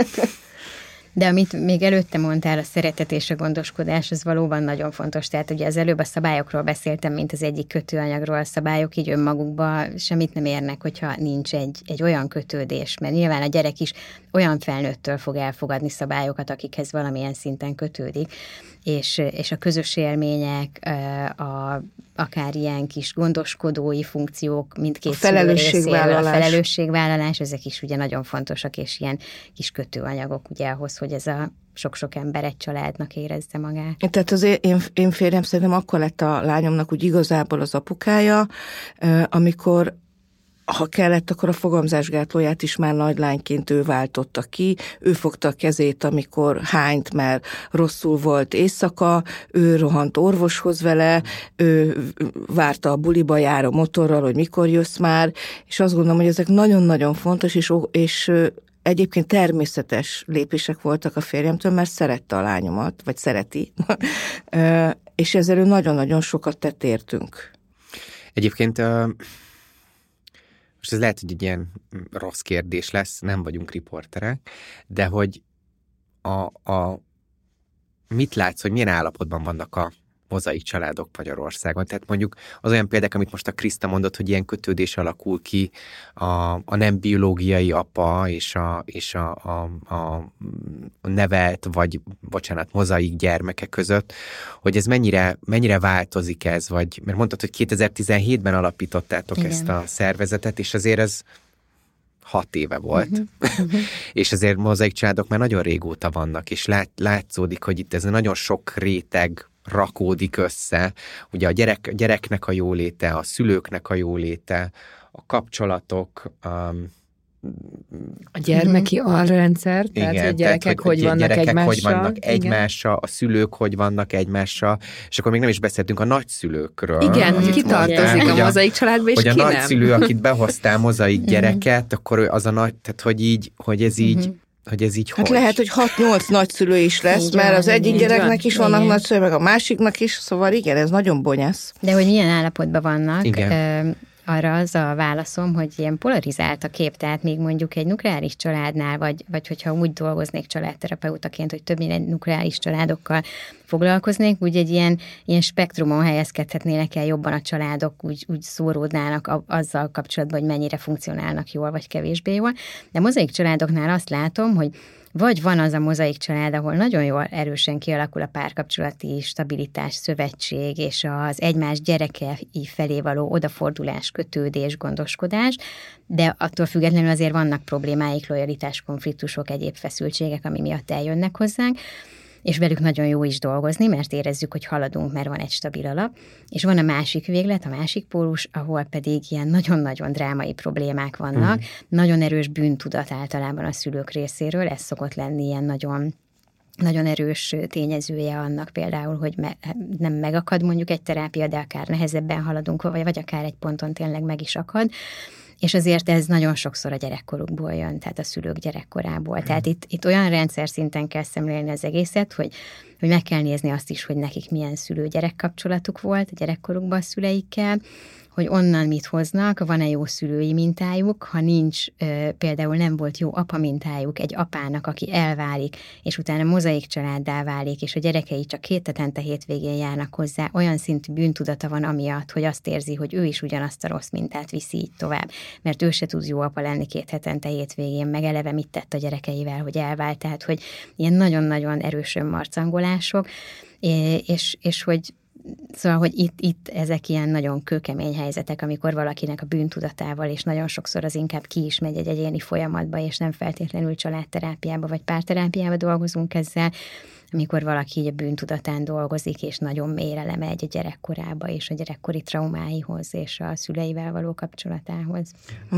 Speaker 3: De amit még előtte mondtál, a szeretet és a gondoskodás, az valóban nagyon fontos. Tehát ugye az előbb a szabályokról beszéltem, mint az egyik kötőanyagról. A szabályok így önmagukban semmit nem érnek, hogyha nincs egy, egy olyan kötődés, mert nyilván a gyerek is olyan felnőttől fog elfogadni szabályokat, akikhez valamilyen szinten kötődik. És, és a közös élmények, a, akár ilyen kis gondoskodói funkciók, mindkét
Speaker 4: a felelősségvállalás.
Speaker 3: A felelősségvállalás, ezek is ugye nagyon fontosak, és ilyen kis kötőanyagok ugye ahhoz, hogy ez a sok-sok ember egy családnak érezze magát.
Speaker 4: Tehát az én, én férjem szerintem akkor lett a lányomnak úgy igazából az apukája, amikor ha kellett, akkor a fogamzásgátlóját is már nagylányként ő váltotta ki, ő fogta a kezét, amikor hányt, mert rosszul volt éjszaka, ő rohant orvoshoz vele, ő várta a buliba járó motorral, hogy mikor jössz már, és azt gondolom, hogy ezek nagyon-nagyon fontos, és, és egyébként természetes lépések voltak a férjemtől, mert szerette a lányomat, vagy szereti, és ezzel ő nagyon-nagyon sokat tett értünk.
Speaker 2: Egyébként most ez lehet, hogy egy ilyen rossz kérdés lesz, nem vagyunk riporterek, de hogy a, a, mit látsz, hogy milyen állapotban vannak a mozaik családok Magyarországon? Tehát mondjuk az olyan példák, amit most a Kriszta mondott, hogy ilyen kötődés alakul ki a, a nem biológiai apa és a, és a, a, a nevelt, vagy bocsánat, mozaik gyermeke között, hogy ez mennyire, mennyire változik ez, vagy, mert mondtad, hogy kétezer-tizenhétben alapítottátok Igen. ezt a szervezetet, és azért ez hat éve volt, uh-huh. Uh-huh. és azért mozaik családok már nagyon régóta vannak, és lát, látszódik, hogy itt ez nagyon sok réteg rakódik össze, ugye a gyerek, gyereknek a jóléte, a szülőknek a jóléte, a kapcsolatok, um,
Speaker 1: a gyermeki alrendszer, tehát igen, a gyerekek tehát, hogy, hogy vannak gyerekek egymással.
Speaker 2: hogy vannak egymással, a szülők hogy vannak egymással, és akkor még nem is beszéltünk a nagyszülőkről.
Speaker 1: Igen, ki tartozik a mozaik családba, és
Speaker 2: hogy
Speaker 1: ki
Speaker 2: a
Speaker 1: nem.
Speaker 2: nagyszülő, akit behoztál mozaik gyereket, akkor az a nagy, tehát hogy így, hogy ez így, uh-huh. hogy ez így
Speaker 4: hát
Speaker 2: hogy?
Speaker 4: lehet, hogy hat-nyolc nagyszülő is lesz, így mert van, az egyik gyereknek van. is vannak nagyszülő, meg a másiknak is, szóval igen, ez nagyon bonyász.
Speaker 3: De hogy milyen állapotban vannak,
Speaker 2: igen.
Speaker 3: Ö, arra az a válaszom, hogy ilyen polarizált a kép, tehát még mondjuk egy nukleáris családnál, vagy, vagy hogyha úgy dolgoznék családterapeutaként, hogy többnyire nukleáris családokkal foglalkoznék, úgy egy ilyen, ilyen spektrumon helyezkedhetnének el jobban a családok, úgy, úgy szóródnának a, azzal kapcsolatban, hogy mennyire funkcionálnak jól, vagy kevésbé jól. De mozaik családoknál azt látom, hogy vagy van az a mozaik család, ahol nagyon jól erősen kialakul a párkapcsolati stabilitás, szövetség, és az egymás gyerekei felé való odafordulás, kötődés, gondoskodás, de attól függetlenül azért vannak problémáik, lojalitás, konfliktusok, egyéb feszültségek, ami miatt eljönnek hozzánk, és velük nagyon jó is dolgozni, mert érezzük, hogy haladunk, mert van egy stabil alap, és van a másik véglet, a másik pólus, ahol pedig ilyen nagyon-nagyon drámai problémák vannak, mm. nagyon erős bűntudat általában a szülők részéről, ez szokott lenni ilyen nagyon nagyon erős tényezője annak például, hogy me, nem megakad mondjuk egy terápia, de akár nehezebben haladunk, vagy, vagy akár egy ponton tényleg meg is akad. és azért ez nagyon sokszor a gyerekkorukból jön, tehát a szülők gyerekkorából. Tehát itt, itt olyan rendszer szinten kell szemlélni az egészet, hogy, hogy meg kell nézni azt is, hogy nekik milyen szülő-gyerek kapcsolatuk volt a gyerekkorukban a szüleikkel, hogy onnan mit hoznak, van-e jó szülői mintájuk, ha nincs, például nem volt jó apa mintájuk egy apának, aki elválik, és utána mozaik családdá válik, és a gyerekei csak két hetente hétvégén járnak hozzá, olyan szintű bűntudata van amiatt, hogy azt érzi, hogy ő is ugyanazt a rossz mintát viszi így tovább, mert ő se tud jó apa lenni két hetente hétvégén, meg eleve mit tett a gyerekeivel, hogy elvált, tehát hogy ilyen nagyon-nagyon erős önmarcangolások, és, és hogy Szóval, hogy itt, itt ezek ilyen nagyon kőkemény helyzetek, amikor valakinek a bűntudatával, és nagyon sokszor az inkább ki is megy egy egyéni folyamatba, és nem feltétlenül családterápiába vagy párterápiába dolgozunk ezzel, amikor valaki így a bűntudatán dolgozik, és nagyon mélyre lemegy a gyerekkorába, és a gyerekkori traumáihoz, és a szüleivel való kapcsolatához.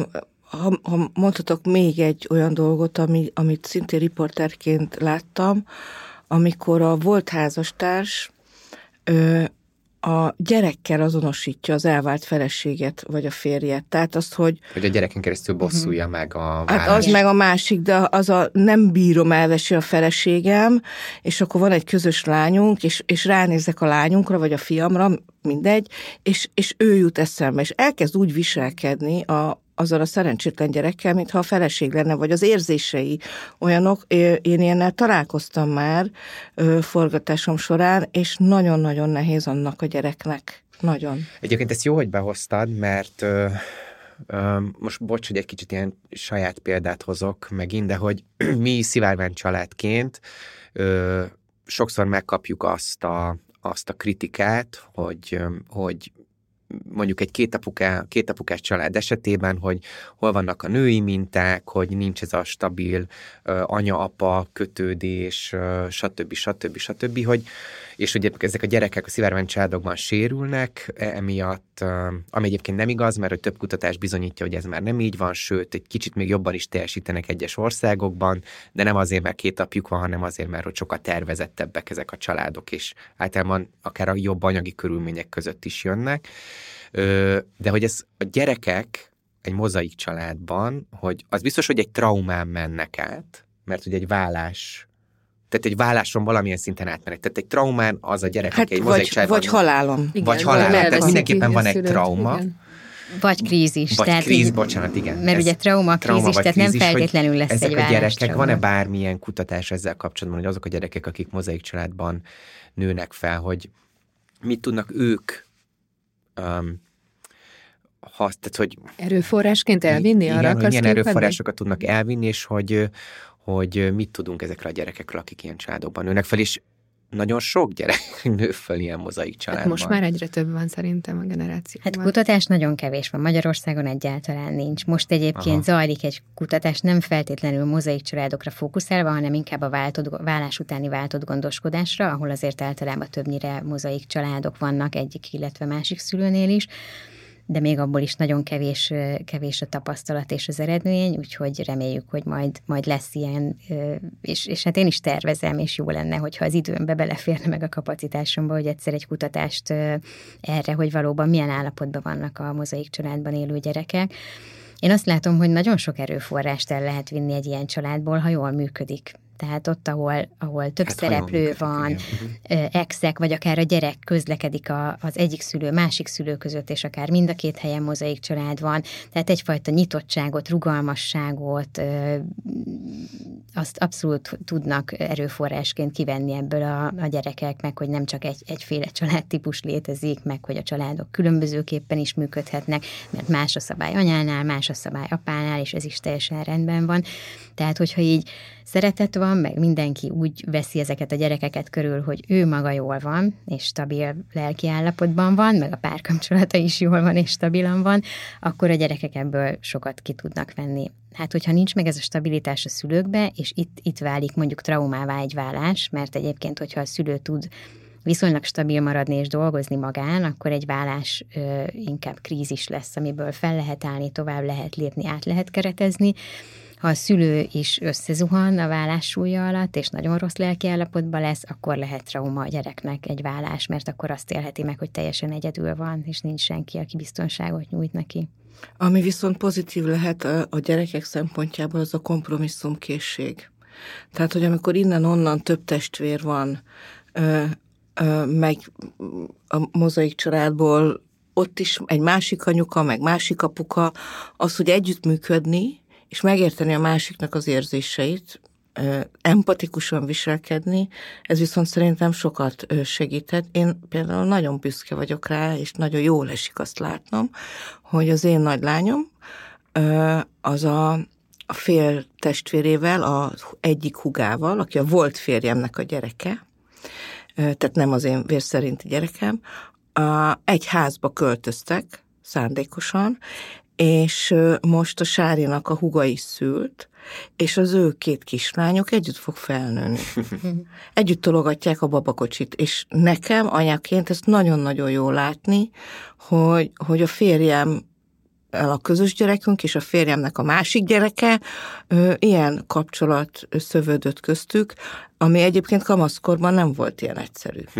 Speaker 4: Ha, ha mondhatok még egy olyan dolgot, ami, amit szintén riporterként láttam, amikor a volt házastárs ö, a gyerekkel azonosítja az elvált feleséget, vagy a férjet. Tehát azt, hogy...
Speaker 2: Hogy a gyereken keresztül bosszulja uh-huh. meg a válást.
Speaker 4: Hát az meg a másik, de az a nem bírom elvesi a feleségem, és akkor van egy közös lányunk, és, és ránézek a lányunkra, vagy a fiamra, mindegy, és, és ő jut eszembe, és elkezd úgy viselkedni a azzal a szerencsétlen gyerekkel, mintha a feleség lenne, vagy az érzései olyanok. Én ilyennel találkoztam már ö, forgatásom során, és nagyon-nagyon nehéz annak a gyereknek. Nagyon.
Speaker 2: Egyébként ezt jó, hogy behoztad, mert ö, ö, most bocs, hogy egy kicsit ilyen saját példát hozok megint, de hogy mi szivárvány családként ö, sokszor megkapjuk azt a, azt a kritikát, hogy, hogy mondjuk egy kétapuká, kétapukás család esetében, hogy hol vannak a női minták, hogy nincs ez a stabil uh, anya-apa kötődés, uh, stb. stb. stb. Hogy, és hogy ezek a gyerekek a szivárvány családokban sérülnek, emiatt, uh, ami egyébként nem igaz, mert hogy több kutatás bizonyítja, hogy ez már nem így van, sőt, egy kicsit még jobban is teljesítenek egyes országokban, de nem azért, mert két apjuk van, hanem azért, mert hogy sokkal tervezettebbek ezek a családok, és általában akár a jobb anyagi körülmények között is jönnek. De hogy ez a gyerekek egy mozaik családban, hogy az biztos, hogy egy traumán mennek át, mert ugye egy vállás, tehát egy válláson valamilyen szinten átmennek. Tehát egy traumán az a gyerekek hát egy mozaik
Speaker 4: vagy,
Speaker 2: családban.
Speaker 4: Vagy halálom.
Speaker 2: Igen, vagy halálom. Tehát mindenképpen van egy trauma.
Speaker 3: Igen. Vagy krízis.
Speaker 2: Vagy
Speaker 3: tehát
Speaker 2: kríz,
Speaker 3: így,
Speaker 2: bocsánat, igen.
Speaker 3: Mert ez ugye trauma, krízis, trauma tehát krízis, nem feltétlenül lesz egy
Speaker 2: vállástrauma. Ezek a gyerekek,
Speaker 3: trauma.
Speaker 2: van-e bármilyen kutatás ezzel kapcsolatban, hogy azok a gyerekek, akik mozaik családban nőnek fel, hogy mit tudnak ők um, Ha, tehát, hogy
Speaker 1: erőforrásként elvinni?
Speaker 2: Igen,
Speaker 1: arra
Speaker 2: hogy milyen erőforrásokat tudnak elvinni, és hogy, hogy mit tudunk ezekről a gyerekekről, akik ilyen családokban nőnek fel, és nagyon sok gyerek nő föl ilyen mozaik családban.
Speaker 1: Hát most már egyre több van szerintem a generációban.
Speaker 3: Hát kutatás nagyon kevés van, Magyarországon egyáltalán nincs. Most egyébként Aha. zajlik egy kutatás, nem feltétlenül mozaik családokra fókuszálva, hanem inkább a váltott, vállás utáni váltott gondoskodásra, ahol azért általában többnyire mozaik családok vannak egyik, illetve másik szülőnél is, de még abból is nagyon kevés, kevés a tapasztalat és az eredmény, úgyhogy reméljük, hogy majd, majd lesz ilyen, és, és hát én is tervezem, és jó lenne, hogyha az időmbe beleférne meg a kapacitásomba, hogy egyszer egy kutatást erre, hogy valóban milyen állapotban vannak a mozaik családban élő gyerekek. Én azt látom, hogy nagyon sok erőforrást el lehet vinni egy ilyen családból, ha jól működik. Tehát ott, ahol, ahol több hát, szereplő van, igen. exek, vagy akár a gyerek közlekedik a, az egyik szülő, másik szülő között, és akár mind a két helyen mozaik család van. Tehát egyfajta nyitottságot, rugalmasságot, azt abszolút tudnak erőforrásként kivenni ebből a, a gyerekek, meg hogy nem csak egy, egyféle családtípus létezik, meg hogy a családok különbözőképpen is működhetnek, mert más a szabály anyánál, más a szabály apánál, és ez is teljesen rendben van. Tehát, hogyha így szeretet van, meg mindenki úgy veszi ezeket a gyerekeket körül, hogy ő maga jól van, és stabil lelki állapotban van, meg a párkapcsolata is jól van, és stabilan van, akkor a gyerekek ebből sokat ki tudnak venni. Hát, hogyha nincs meg ez a stabilitás a szülőkbe, és itt, itt válik mondjuk traumává egy vállás, mert egyébként, hogyha a szülő tud viszonylag stabil maradni és dolgozni magán, akkor egy vállás ö, inkább krízis lesz, amiből fel lehet állni, tovább lehet lépni, át lehet keretezni, Ha a szülő is összezuhan a vállás súlya alatt, és nagyon rossz lelki állapotban lesz, akkor lehet trauma a gyereknek egy vállás, mert akkor azt élheti meg, hogy teljesen egyedül van, és nincs senki, aki biztonságot nyújt neki.
Speaker 4: Ami viszont pozitív lehet a gyerekek szempontjából, az a kompromisszumkészség. Tehát, hogy amikor innen-onnan több testvér van, meg a mozaik családból ott is egy másik anyuka, meg másik apuka, az, hogy együttműködni, és megérteni a másiknak az érzéseit, empatikusan viselkedni, ez viszont szerintem sokat segített. Én például nagyon büszke vagyok rá, és nagyon jól esik azt látnom, hogy az én nagylányom az a, a fél testvérével, az egyik hugával, aki a volt férjemnek a gyereke, tehát nem az én vérszerinti gyerekem, egy házba költöztek szándékosan, és most a Sárinak a húga is szült, és az ő két kislányok együtt fog felnőni. Együtt tologatják a babakocsit, és nekem anyaként ezt nagyon-nagyon jó látni, hogy, hogy a férjem a közös gyerekünk, és a férjemnek a másik gyereke, ilyen kapcsolat szövődött köztük, ami egyébként kamaszkorban nem volt ilyen egyszerű. Hm.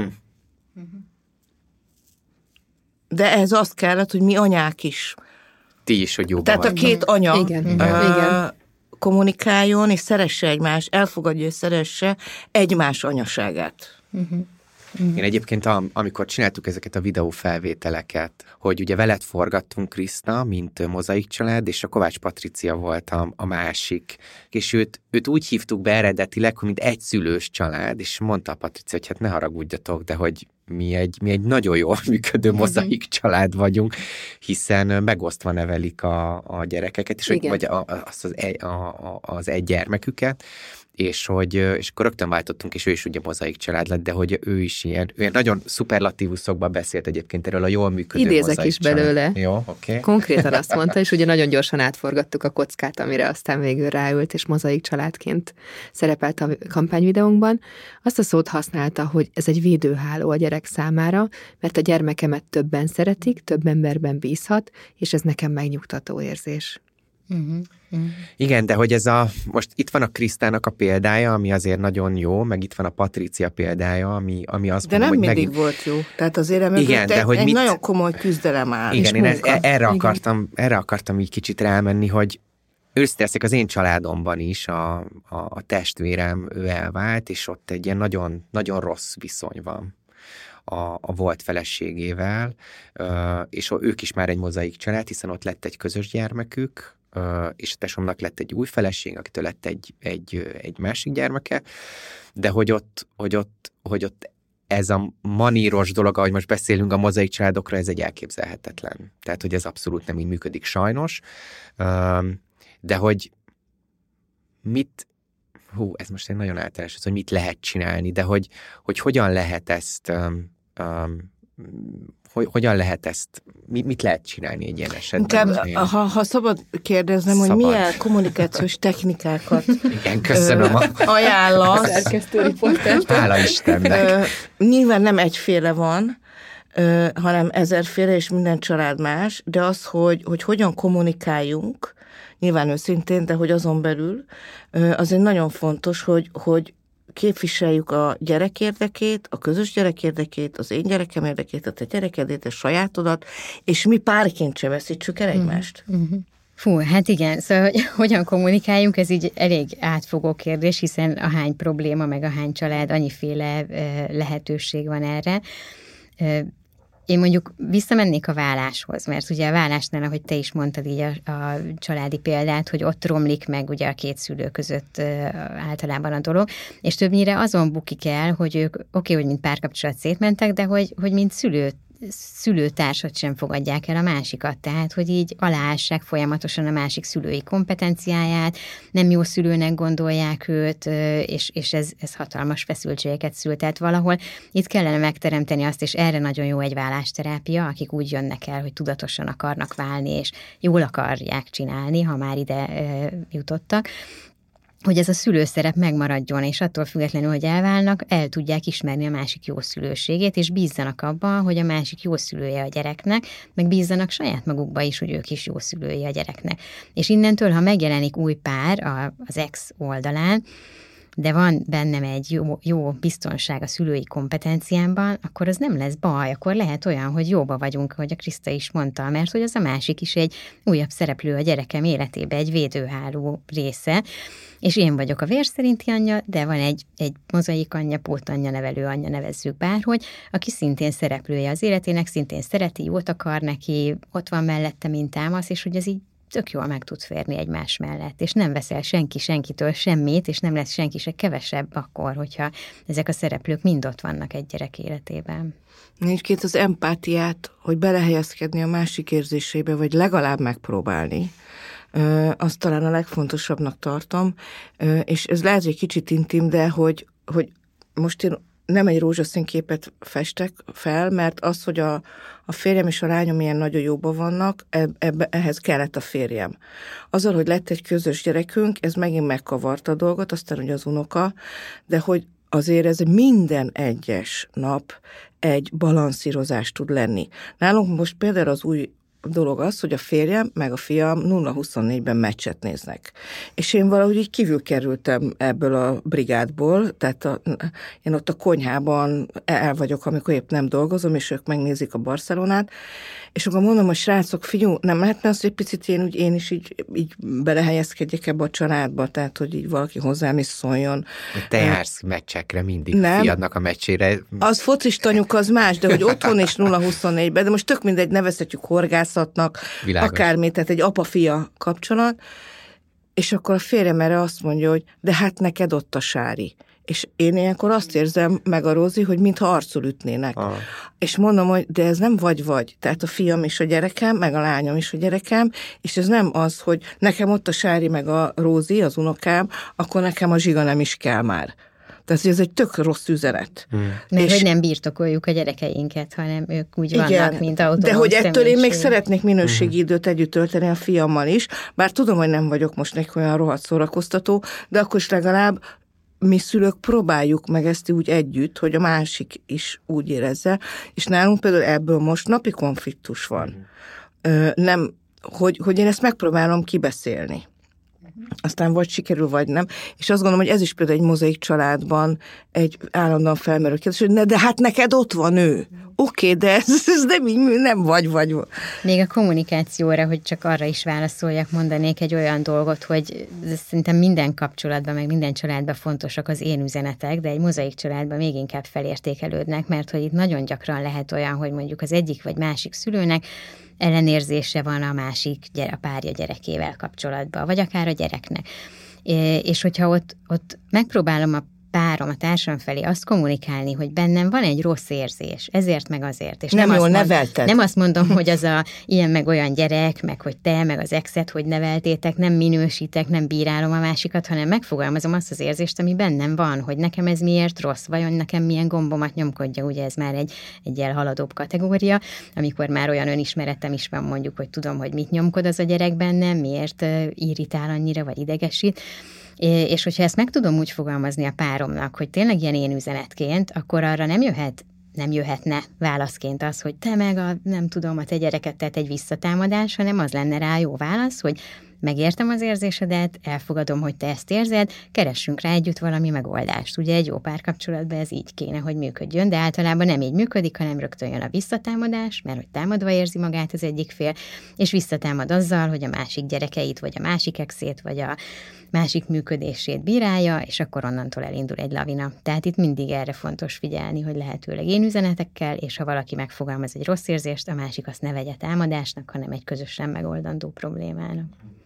Speaker 4: De ez azt kellett, hogy mi anyák is.
Speaker 2: Ti is, hogy jóban
Speaker 4: Tehát
Speaker 2: vagy.
Speaker 4: a két anya
Speaker 1: igen,
Speaker 4: uh,
Speaker 1: igen.
Speaker 4: kommunikáljon, és szeresse egymást, elfogadja és szeresse egymás anyaságát.
Speaker 1: Uh-huh.
Speaker 2: Én egyébként, amikor csináltuk ezeket a videófelvételeket, hogy ugye veled forgattunk, Kriszta, mint mozaik család, és a Kovács Patricia volt a, a másik, és őt, őt úgy hívtuk be eredetileg, hogy mint egyszülős család, és mondta a Patricia, hogy hát ne haragudjatok, de hogy mi egy, mi egy nagyon jól működő mozaik család vagyunk, hiszen megosztva nevelik a, a gyerekeket, és hogy, vagy a, azt az, egy, a, a, az egy gyermeküket, és hogy és akkor rögtön váltottunk, és ő is ugye mozaik család lett, de hogy ő is ilyen, ő nagyon szuperlatívuszokban beszélt egyébként erről a jól működő
Speaker 1: Idézek
Speaker 2: mozaik
Speaker 1: is belőle.
Speaker 2: Család. Jó, oké. Okay.
Speaker 1: Konkrétan azt mondta, és ugye nagyon gyorsan átforgattuk a kockát, amire aztán végül ráült, és mozaik családként szerepelt a kampányvideónkban. Azt a szót használta, hogy ez egy védőháló a gyerek számára, mert a gyermekemet többen szeretik, több emberben bízhat, és ez nekem megnyugtató érzés.
Speaker 3: Uh-huh. Uh-huh.
Speaker 2: Igen, de hogy ez a, most itt van a Krisztának a példája, ami azért nagyon jó, meg itt van a Patricia példája, ami, ami azt
Speaker 4: de
Speaker 2: mondom,
Speaker 4: nem
Speaker 2: hogy
Speaker 4: mindig
Speaker 2: megint...
Speaker 4: volt jó. Tehát azért emögött
Speaker 2: igen, de hogy
Speaker 4: egy
Speaker 2: mit...
Speaker 4: nagyon komoly küzdelem áll.
Speaker 2: Igen, én ez, erre,
Speaker 1: Igen.
Speaker 2: akartam, erre akartam így kicsit rámenni, hogy őszintén az én családomban is a, a, a testvérem, ő elvált, és ott egy ilyen nagyon, nagyon rossz viszony van a, a volt feleségével, és ők is már egy mozaik család, hiszen ott lett egy közös gyermekük, és a tesómnak lett egy új feleség, akitől lett egy, egy, egy másik gyermeke, de hogy ott, hogy, ott, hogy ott ez a maníros dolog, ahogy most beszélünk a mozaik családokra, ez egy elképzelhetetlen. Tehát, hogy ez abszolút nem így működik sajnos. De hogy mit, hú, ez most egy nagyon általános, az, hogy mit lehet csinálni, de hogy, hogy hogyan lehet ezt, um, um, hogy, hogyan lehet ezt, mit, mit lehet csinálni egy ilyen esetben?
Speaker 4: Inkább, ha, ha szabad kérdeznem, szabad. Hogy milyen kommunikációs technikákat
Speaker 2: igen, köszönöm a...
Speaker 4: ajánlasz.
Speaker 1: Szerkesztő riporter.
Speaker 2: Hála Istennek.
Speaker 4: Nyilván nem egyféle van, hanem ezerféle, és minden család más, de az, hogy, hogy hogyan kommunikáljunk, nyilván őszintén, de hogy azon belül, az egy nagyon fontos, hogy, hogy képviseljük a gyerek érdekét, a közös gyerek érdekét, az én gyerekem érdekét, a te gyerekedét, a sajátodat, és mi párként se veszítsük el egymást.
Speaker 3: Uh-huh. Fú, hát igen, szóval hogy hogyan kommunikáljunk, ez így elég átfogó kérdés, hiszen a hány probléma, meg a hány család, annyiféle lehetőség van erre. Én mondjuk visszamennék a válláshoz, mert ugye a vállásnál, ahogy te is mondtad így a, a családi példát, hogy ott romlik meg ugye a két szülő között általában a dolog, és többnyire azon bukik el, hogy ők oké, okay, hogy mint párkapcsolat szétmentek, de hogy, hogy mint szülőt szülőtársat sem fogadják el a másikat, tehát, hogy így aláássák folyamatosan a másik szülői kompetenciáját, nem jó szülőnek gondolják őt, és, és ez, ez hatalmas feszültségeket szül. Tehát valahol itt kellene megteremteni azt, és erre nagyon jó egy vállásterápia, akik úgy jönnek el, hogy tudatosan akarnak válni, és jól akarják csinálni, ha már ide jutottak, hogy ez a szülőszerep megmaradjon, és attól függetlenül, hogy elválnak, el tudják ismerni a másik jószülőségét, és bízzanak abban, hogy a másik jószülője a gyereknek, meg bízzanak saját magukba is, hogy ők is jószülői a gyereknek. És innentől, ha megjelenik új pár az ex oldalán, de van bennem egy jó, jó biztonság a szülői kompetenciámban, akkor az nem lesz baj, akkor lehet olyan, hogy jóba vagyunk, ahogy a Kriszta is mondta, mert hogy az a másik is egy újabb szereplő a gyerekem életébe, egy védőháló része, és én vagyok a vér szerinti anyja, de van egy, egy mozaik anyja, pótanyja, nevelő anyja, nevezzük bárhogy, aki szintén szereplője az életének, szintén szereti, jót akar neki, ott van mellette, mint támasz, és hogy ez így tök jól meg tud férni egymás mellett, és nem veszel senki senkitől semmit, és nem lesz senki se kevesebb akkor, hogyha ezek a szereplők mind ott vannak egy gyerek életében.
Speaker 4: Nincs két az empátiát, hogy belehelyezkedni a másik érzésébe, vagy legalább megpróbálni. Ö, azt talán a legfontosabbnak tartom, ö, és ez lehet, hogy kicsit intim, de hogy, hogy most én nem egy rózsaszín képet festek fel, mert az, hogy a, a férjem és a lányom ilyen nagyon jóban vannak, ebbe, ehhez kellett a férjem. Azzal, hogy lett egy közös gyerekünk, ez megint megkavarta a dolgot, aztán ugye az unoka, de hogy azért ez minden egyes nap egy balanszírozás tud lenni. Nálunk most például az új dolog az, hogy a férjem meg a fiam nulla huszonnégyben meccset néznek. És én valahogy így kívül kerültem ebből a brigádból, tehát a, én ott a konyhában el vagyok, amikor épp nem dolgozom, és ők megnézik a Barcelonát, és akkor mondom, hogy srácok, figyú, nem lehetne az, hogy picit én, úgy, én is így, így belehelyezkedjek ebbe a családba, tehát hogy így valaki hozzám is szóljon.
Speaker 2: Te jársz meccsekre mindig,
Speaker 4: nem.
Speaker 2: Fiadnak a meccsére.
Speaker 4: Az focista anyuk az más, de hogy otthon is nulla huszonnégyben, de most tök mindegy, nevezhetjük horgászatnak, világos. Akármi, tehát egy apa-fia kapcsolat, és akkor a férjem erre azt mondja, hogy de hát neked ott a Sári. És én ilyenkor azt érzem, meg a Rózi, hogy mintha arcul ütnének. Ah. És mondom, hogy de ez nem vagy-vagy. Tehát a fiam is a gyerekem, meg a lányom is a gyerekem, és ez nem az, hogy nekem ott a Sári, meg a Rózi, az unokám, akkor nekem a Zsiga nem is kell már. Tehát ez egy tök rossz üzenet.
Speaker 3: Hmm. Mert és hogy nem birtokoljuk a gyerekeinket, hanem ők úgy igen, vannak, mint autonóm
Speaker 4: de hogy ettől én még szeretnék minőségi időt együtt tölteni a fiammal is, bár tudom, hogy nem vagyok most neki olyan rohadt szórakoztató, de akkor is legalább mi szülők próbáljuk meg ezt úgy együtt, hogy a másik is úgy érezze, és nálunk például ebből most napi konfliktus van. Ö, nem, hogy, hogy én ezt megpróbálom kibeszélni. Aztán vagy sikerül, vagy nem. És azt gondolom, hogy ez is például egy mozaik családban egy állandóan felmerő kérdés, hogy ne, de hát neked ott van ő. Oké, okay, de ez, ez nem így, nem vagy, vagy.
Speaker 3: Még a kommunikációra, hogy csak arra is válaszoljak, mondanék egy olyan dolgot, hogy szerintem minden kapcsolatban, meg minden családban fontosak az én üzenetek, de egy mozaik családban még inkább felértékelődnek, mert hogy itt nagyon gyakran lehet olyan, hogy mondjuk az egyik vagy másik szülőnek ellenérzése van a másik gyere, a párja gyerekével kapcsolatban, vagy akár a gyereknek. És hogyha ott, ott megpróbálom a párom, a társam felé azt kommunikálni, hogy bennem van egy rossz érzés, ezért meg azért. És
Speaker 4: nem, nem jól
Speaker 3: azt
Speaker 4: nevelted.
Speaker 3: Mond, nem azt mondom, hogy az a ilyen meg olyan gyerek, meg hogy te, meg az exet, hogy neveltétek, nem minősítek, nem bírálom a másikat, hanem megfogalmazom azt az érzést, ami bennem van, hogy nekem ez miért rossz, vajon nekem milyen gombomat nyomkodja, ugye ez már egy, egy elhaladóbb kategória, amikor már olyan önismeretem is van mondjuk, hogy tudom, hogy mit nyomkod az a gyerek bennem, miért irritál annyira, vagy idegesít. És hogyha ezt meg tudom úgy fogalmazni a páromnak, hogy tényleg ilyen én üzenetként, akkor arra nem jöhet, nem jöhetne válaszként az, hogy te meg a, nem tudom, a te gyereket tett egy visszatámadás, hanem az lenne rá jó válasz, hogy megértem az érzésedet, elfogadom, hogy te ezt érzed, keressünk rá együtt valami megoldást. Ugye egy jó párkapcsolatban ez így kéne, hogy működjön, de általában nem így működik, hanem rögtön jön a visszatámadás, mert hogy támadva érzi magát az egyik fél, és visszatámad azzal, hogy a másik gyerekeit, vagy a másik exét, vagy a másik működését bírálja, és akkor onnantól elindul egy lavina. Tehát itt mindig erre fontos figyelni, hogy lehetőleg én üzenetekkel, és ha valaki megfogalmaz egy rossz érzést, a másik azt ne vegye támadásnak, hanem egy közösen megoldandó problémának.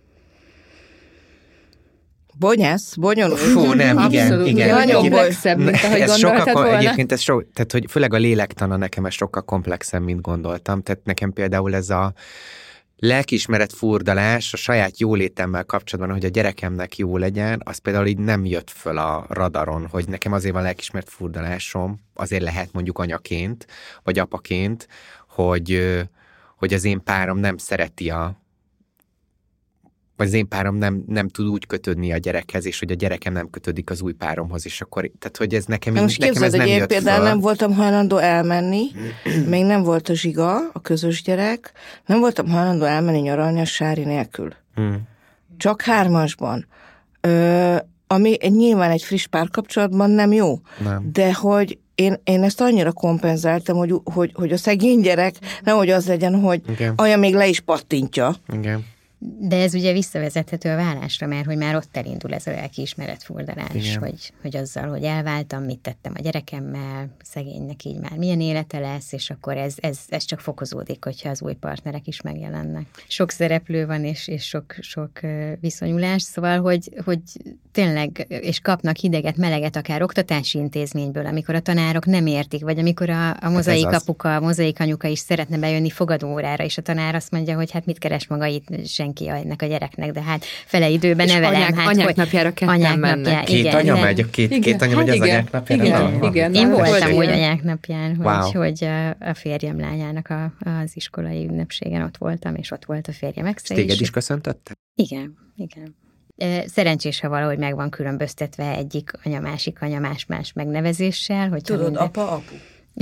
Speaker 4: Bonyász, bonyolult.
Speaker 2: Fú, nem,
Speaker 1: abszolút,
Speaker 2: igen, igen.
Speaker 1: Nagyon komplexebb, mint ahogy ez gondoltad
Speaker 2: sokkal,
Speaker 1: volna.
Speaker 2: Egyébként ez so, tehát, hogy főleg a lélektana nekem ez sokkal komplexebb, mint gondoltam. Tehát nekem például ez a lelkiismeret furdalás a saját jólétemmel kapcsolatban, hogy a gyerekemnek jó legyen, az például így nem jött föl a radaron, hogy nekem azért van lelkiismeret furdalásom, azért lehet mondjuk anyaként, vagy apaként, hogy, hogy az én párom nem szereti a vagy az én párom nem, nem tud úgy kötődni a gyerekhez, és hogy a gyerekem nem kötődik az új páromhoz, és akkor, tehát hogy ez nekem,
Speaker 4: most
Speaker 2: nekem
Speaker 4: képzeld,
Speaker 2: ez nem
Speaker 4: hogy én
Speaker 2: jött
Speaker 4: például
Speaker 2: föl.
Speaker 4: nem voltam hajlandó elmenni, még nem volt a zsiga, a közös gyerek, nem voltam hajlandó elmenni nyaralni a Sári nélkül. Hmm. Csak hármasban. Ö, ami nyilván egy friss párkapcsolatban nem jó, nem. De hogy én, én ezt annyira kompenzáltam, hogy, hogy, hogy a szegény gyerek nehogy az legyen, hogy igen. Anya még le is pattintja.
Speaker 2: Igen.
Speaker 3: De ez ugye visszavezethető a vállásra, mert hogy már ott elindul ez a lelkiismeret furdalás, hogy, hogy azzal, hogy elváltam, mit tettem a gyerekemmel, szegénynek így már milyen élete lesz, és akkor ez, ez, ez csak fokozódik, hogyha az új partnerek is megjelennek. Sok szereplő van, és, és sok, sok viszonyulás, szóval, hogy, hogy tényleg, és kapnak hideget, meleget akár oktatási intézményből, amikor a tanárok nem értik, vagy amikor a, a mozaik hát apuka, a mozaik anyuka is szeretne bejönni fogadóórára, és a tanár azt mondja, hogy hát mit keres maga itt, senki ennek a gyereknek, de hát fele időben
Speaker 1: és
Speaker 3: nevelem.
Speaker 1: Anyák,
Speaker 3: hát,
Speaker 1: anyák
Speaker 3: hogy
Speaker 1: napjára ketten mennek.
Speaker 2: Két
Speaker 3: igen,
Speaker 2: anya
Speaker 3: de...
Speaker 2: megy, a két,
Speaker 1: igen,
Speaker 2: két anya megy
Speaker 1: hát
Speaker 2: az
Speaker 1: igen,
Speaker 2: anyák napjára.
Speaker 1: Igen,
Speaker 2: Na,
Speaker 1: igen.
Speaker 3: Én voltam úgy
Speaker 1: igen.
Speaker 3: anyák napján, hogy,
Speaker 2: wow.
Speaker 3: hogy a, a férjem lányának a, az iskolai ünnepségen ott voltam, és ott volt a férjem extra is.
Speaker 2: Téged is köszöntöttek?
Speaker 3: Igen, igen. Szerencsés, ha valahogy meg van különböztetve egyik anya, másik anya, más-más megnevezéssel. Hogy
Speaker 4: tudod,
Speaker 3: minden...
Speaker 4: apa, apu.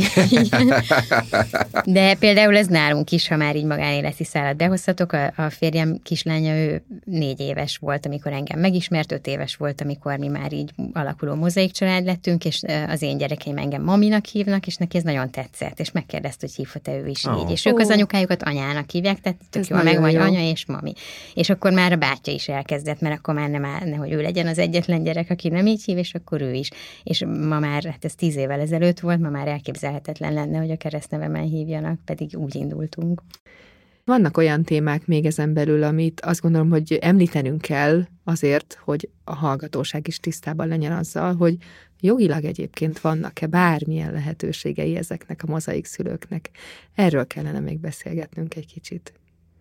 Speaker 3: De például ez nálunk is, ha már így magánéleti szállat behozhatok, a, a férjem kislánya, ő négy éves volt, amikor engem megismert, öt éves volt, amikor mi már így alakuló mozaik család lettünk, és az én gyerekeim engem maminak hívnak, és neki ez nagyon tetszett, és megkérdezte, hogy hívhat-e ő is oh. így, és ők oh. az anyukájukat anyának hívják, tehát tök jól meg vagy anya és mami. És akkor már a bátyja is elkezdett, mert akkor már nem állna, hogy ő legyen az egyetlen gyerek, aki nem így hív, és akkor ő is. És ma már, hát ez tíz évvel ezelőtt volt, ma már elképzelhetetlen lenne, hogy a keresztnevemen hívjanak, pedig úgy indultunk.
Speaker 1: Vannak olyan témák még ezen belül, amit azt gondolom, hogy említenünk kell azért, hogy a hallgatóság is tisztában legyen azzal, hogy jogilag egyébként vannak-e bármilyen lehetőségei ezeknek a mozaik szülőknek. Erről kellene még beszélgetnünk egy kicsit.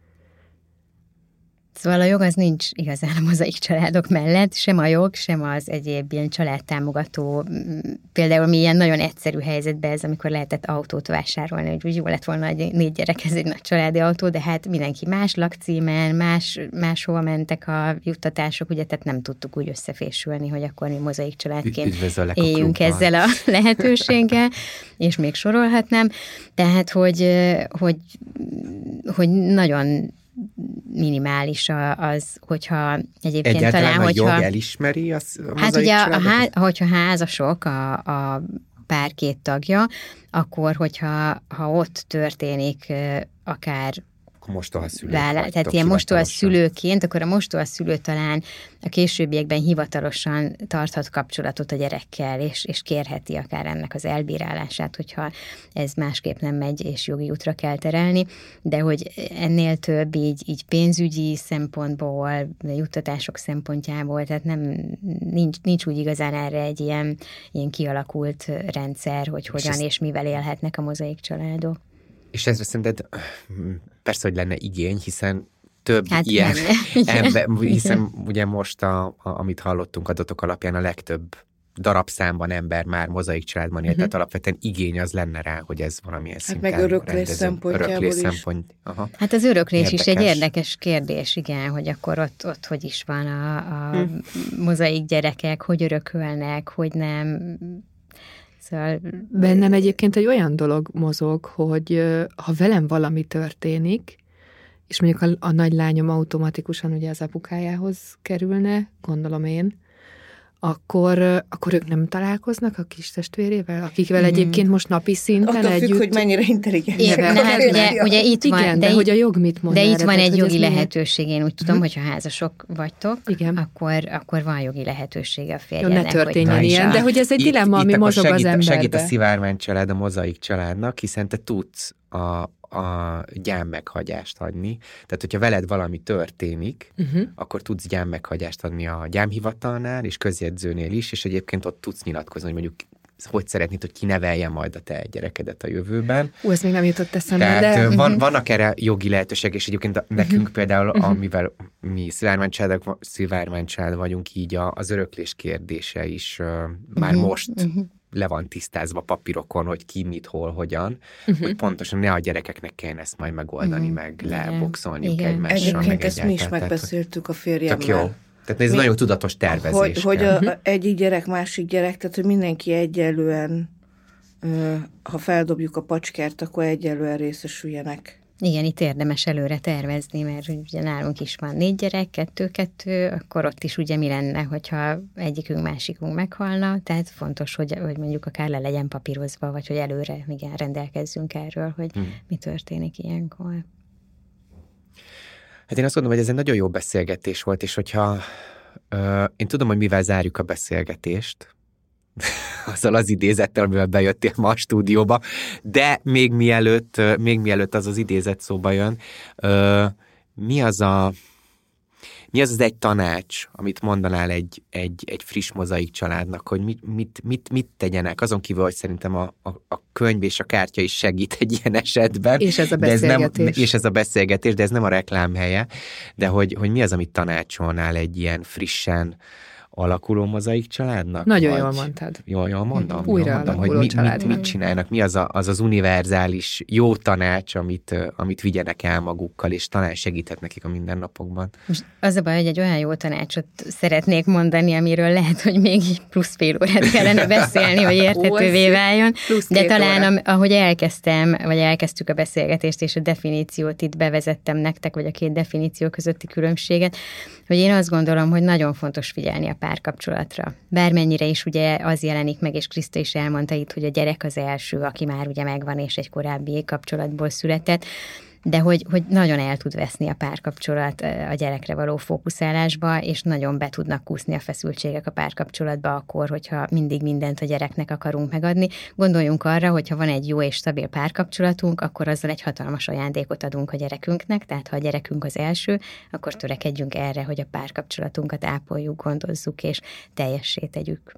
Speaker 3: Szóval a jog az nincs igazán a mozaik családok mellett, sem a jog, sem az egyéb ilyen családtámogató, például mi ilyen nagyon egyszerű helyzetben ez, amikor lehetett autót vásárolni, hogy úgy jó lett volna, hogy négy gyerek, ez egy nagy családi autó, de hát mindenki más lakcímen, más, máshova mentek a juttatások, ugye, tehát nem tudtuk úgy összefésülni, hogy akkor mi mozaik családként éljünk ezzel a lehetőséggel, és még sorolhatnám. Tehát, hogy, hogy, hogy nagyon minimális az, hogyha egyébként
Speaker 2: egyáltalán
Speaker 3: talán,
Speaker 2: a
Speaker 3: hogyha...
Speaker 2: jog elismeri az a
Speaker 3: hát ugye, a, há, hogyha házasok a, a pár két tagja, akkor, hogyha ha ott történik akár
Speaker 2: mostohaszülők
Speaker 3: vállá, tehát ilyen mostohaszülőként, akkor a mostohaszülő talán a későbbiekben hivatalosan tarthat kapcsolatot a gyerekkel, és, és kérheti akár ennek az elbírálását, hogyha ez másképp nem megy, és jogi útra kell terelni, de hogy ennél több így, így pénzügyi szempontból, juttatások szempontjából, tehát nem, nincs, nincs úgy igazán erre egy ilyen, ilyen kialakult rendszer, hogy hogyan és, és mivel élhetnek a mozaik családok.
Speaker 2: És ezre szerinted persze, hogy lenne igény, hiszen több
Speaker 3: hát
Speaker 2: ilyen ember, hiszen ugye most, a, a, amit hallottunk adatok alapján, a legtöbb darabszámban ember már mozaik családban él, uh-huh. tehát alapvetően igény az lenne rá, hogy ez valamilyen
Speaker 4: hát
Speaker 2: szinten
Speaker 4: meg öröklés
Speaker 2: rendező.
Speaker 4: szempontjából
Speaker 2: öröklés
Speaker 4: is.
Speaker 2: Szempont. Aha.
Speaker 3: Hát az öröklés érdekes. is egy érdekes kérdés, igen, hogy akkor ott, ott hogy is van a, a hmm. mozaik gyerekek, hogy örökölnek, hogy nem... Szóval...
Speaker 1: Bennem egyébként egy olyan dolog mozog, hogy ha velem valami történik, és mondjuk a, a nagy lányom automatikusan ugye az apukájához kerülne, gondolom én, akkor, akkor ők nem találkoznak a kis testvérével, akikvel mm-hmm. egyébként most napi szinten
Speaker 4: attól
Speaker 1: együtt...
Speaker 4: függ, hogy mennyire intelligens.
Speaker 3: De hát ugye, ugye itt van...
Speaker 1: Igen, de,
Speaker 3: de
Speaker 1: hogy a jog mit mond
Speaker 3: De
Speaker 1: erre,
Speaker 3: itt van
Speaker 1: tehát,
Speaker 3: egy jogi
Speaker 1: milyen...
Speaker 3: lehetőség, én úgy tudom, hmm. hogyha házasok vagytok,
Speaker 1: igen.
Speaker 3: Akkor, akkor van jogi lehetősége a férjednek.
Speaker 1: Jó, ne történjen ilyen, de hogy ez egy dilemma, ami mozog
Speaker 2: segít,
Speaker 3: az
Speaker 1: emberbe.
Speaker 2: Segít a szivárvány család a mozaik családnak, hiszen te tudsz a a gyám meghagyást adni. Tehát, hogyha veled valami történik, uh-huh. akkor tudsz gyám meghagyást adni a gyámhivatalnál, és közjegyzőnél is, és egyébként ott tudsz nyilatkozni, hogy mondjuk hogy szeretnéd, hogy kinevelje majd a te gyerekedet a jövőben.
Speaker 1: Ú, ez még nem jutott eszembe,
Speaker 2: Tehát
Speaker 1: de...
Speaker 2: van,
Speaker 1: uh-huh.
Speaker 2: vannak erre jogi lehetőség, és egyébként nekünk uh-huh. például, uh-huh. amivel mi szivárvány család vagyunk, így a, az öröklés kérdése is uh, már uh-huh. most uh-huh. le van tisztázva papírokon, hogy ki, mit, hol, hogyan, uh-huh. hogy pontosan ne a gyerekeknek kelljen ezt majd megoldani, uh-huh. meg leboxolniuk egymással.
Speaker 4: Egyébként ezt mi is megbeszéltük a férjemmel.
Speaker 2: Tök jó. Tehát ez mi? Nagyon tudatos tervezés.
Speaker 4: Hogy, hogy a, egyik gyerek, másik gyerek, tehát hogy mindenki egyelően, ha feldobjuk a pacskert, akkor egyelően részesüljenek.
Speaker 3: Igen, itt érdemes előre tervezni, mert ugye nálunk is van négy gyerek, kettő-kettő, akkor ott is ugye mi lenne, hogyha egyikünk, másikunk meghalna, tehát fontos, hogy, hogy mondjuk akár le legyen papírozva, vagy hogy előre igen, rendelkezzünk erről, hogy hmm. mi történik ilyenkor.
Speaker 2: Hát én azt gondolom, hogy ez egy nagyon jó beszélgetés volt, és hogyha ö, én tudom, hogy mivel zárjuk a beszélgetést, azzal az idézettel, amivel bejöttél ma a stúdióba, de még mielőtt, még mielőtt az az idézet szóba jön, ö, mi az a mi az az egy tanács, amit mondanál egy, egy, egy friss mozaik családnak, hogy mit, mit, mit, mit tegyenek, azon kívül, hogy szerintem a, a, a könyv és a kártya is segít egy ilyen esetben.
Speaker 1: És ez a beszélgetés.
Speaker 2: Ez nem, és ez a beszélgetés, de ez nem a reklám helye, de hogy, hogy mi az, amit tanácsolnál egy ilyen frissen alakuló mozaik családnak?
Speaker 1: Nagyon
Speaker 2: vagy...
Speaker 1: jól mondtad.
Speaker 2: Jól, jól mondom?
Speaker 1: Újra
Speaker 2: jól mondom, hogy
Speaker 1: alakuló
Speaker 2: mit,
Speaker 1: család.
Speaker 2: mit, mit csinálnak, mi az, a, az az univerzális jó tanács, amit, amit vigyenek el magukkal, és talán segíthet nekik a mindennapokban.
Speaker 3: Most az a baj, hogy egy olyan jó tanácsot szeretnék mondani, amiről lehet, hogy még plusz fél órát kellene beszélni, hogy érthetővé váljon, de talán am, ahogy elkezdtem, vagy elkezdtük a beszélgetést, és a definíciót itt bevezettem nektek, vagy a két definíció közötti különbséget, hogy én azt gondolom, hogy nagyon fontos figyelni a párkapcsolatra. Bármennyire is ugye az jelenik meg, és Kriszta is elmondta itt, hogy a gyerek az első, aki már ugye megvan, és egy korábbi kapcsolatból született, de hogy, hogy nagyon el tud veszni a párkapcsolat a gyerekre való fókuszálásba, és nagyon be tudnak kúszni a feszültségek a párkapcsolatba akkor, hogyha mindig mindent a gyereknek akarunk megadni. Gondoljunk arra, hogyha van egy jó és stabil párkapcsolatunk, akkor azzal egy hatalmas ajándékot adunk a gyerekünknek, tehát ha a gyerekünk az első, akkor törekedjünk erre, hogy a párkapcsolatunkat ápoljuk, gondozzuk és teljessé tegyük.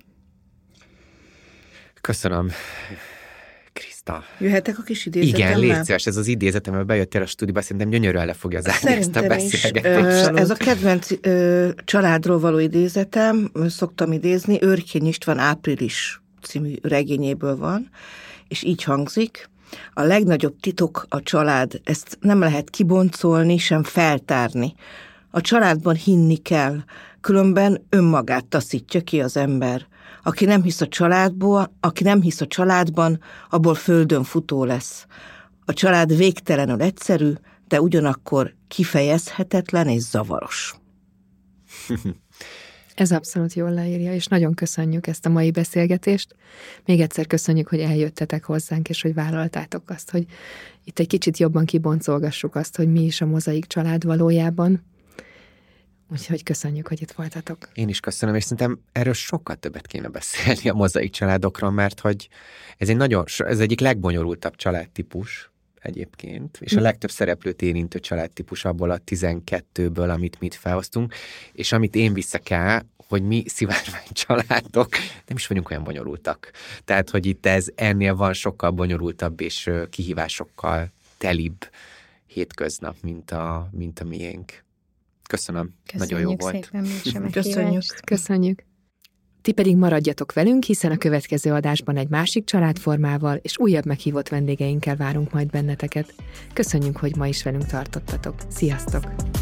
Speaker 2: Köszönöm. Kriszta.
Speaker 4: Jöhetek a kis idézetemmel?
Speaker 2: Igen, légy szíves, ez az idézetem, mert bejöttél a stúdióba, szerintem gyönyörűen le fogja zárni ezt a beszélgetést.
Speaker 4: Ez a kedvenc ö, családról való idézetem, szoktam idézni, Őrkény István Április című regényéből van, és így hangzik: a legnagyobb titok a család, ezt nem lehet kiboncolni, sem feltárni. A családban hinni kell, különben önmagát taszítja ki az ember. Aki nem hisz a családból, aki nem hisz a családban, abból földön futó lesz. A család végtelenül egyszerű, de ugyanakkor kifejezhetetlen és zavaros.
Speaker 1: Ez abszolút jól leírja, és nagyon köszönjük ezt a mai beszélgetést. Még egyszer köszönjük, hogy eljöttetek hozzánk, és hogy vállaltátok azt, hogy itt egy kicsit jobban kiboncolgassuk azt, hogy mi is a mozaik család valójában. Úgyhogy köszönjük, hogy itt voltatok.
Speaker 2: Én is köszönöm, és szerintem erről sokkal többet kéne beszélni a mozaik családokról, mert hogy ez egy nagyon, ez egyik legbonyolultabb családtípus egyébként, és a legtöbb szereplőt érintő családtípus abból a tizenkettőből, amit mit felhoztunk, és amit én viszek el, hogy mi szivárvány családok nem is vagyunk olyan bonyolultak. Tehát, hogy itt ez ennél van sokkal bonyolultabb és kihívásokkal telibb hétköznap, mint a, mint a miénk. Köszönöm.
Speaker 3: Köszönjük
Speaker 2: Nagyon jó volt.
Speaker 3: Szépen,
Speaker 4: Köszönjük.
Speaker 1: Köszönjük. Ti pedig maradjatok velünk, hiszen a következő adásban egy másik családformával és újabb meghívott vendégeinkkel várunk majd benneteket. Köszönjük, hogy ma is velünk tartottatok. Sziasztok!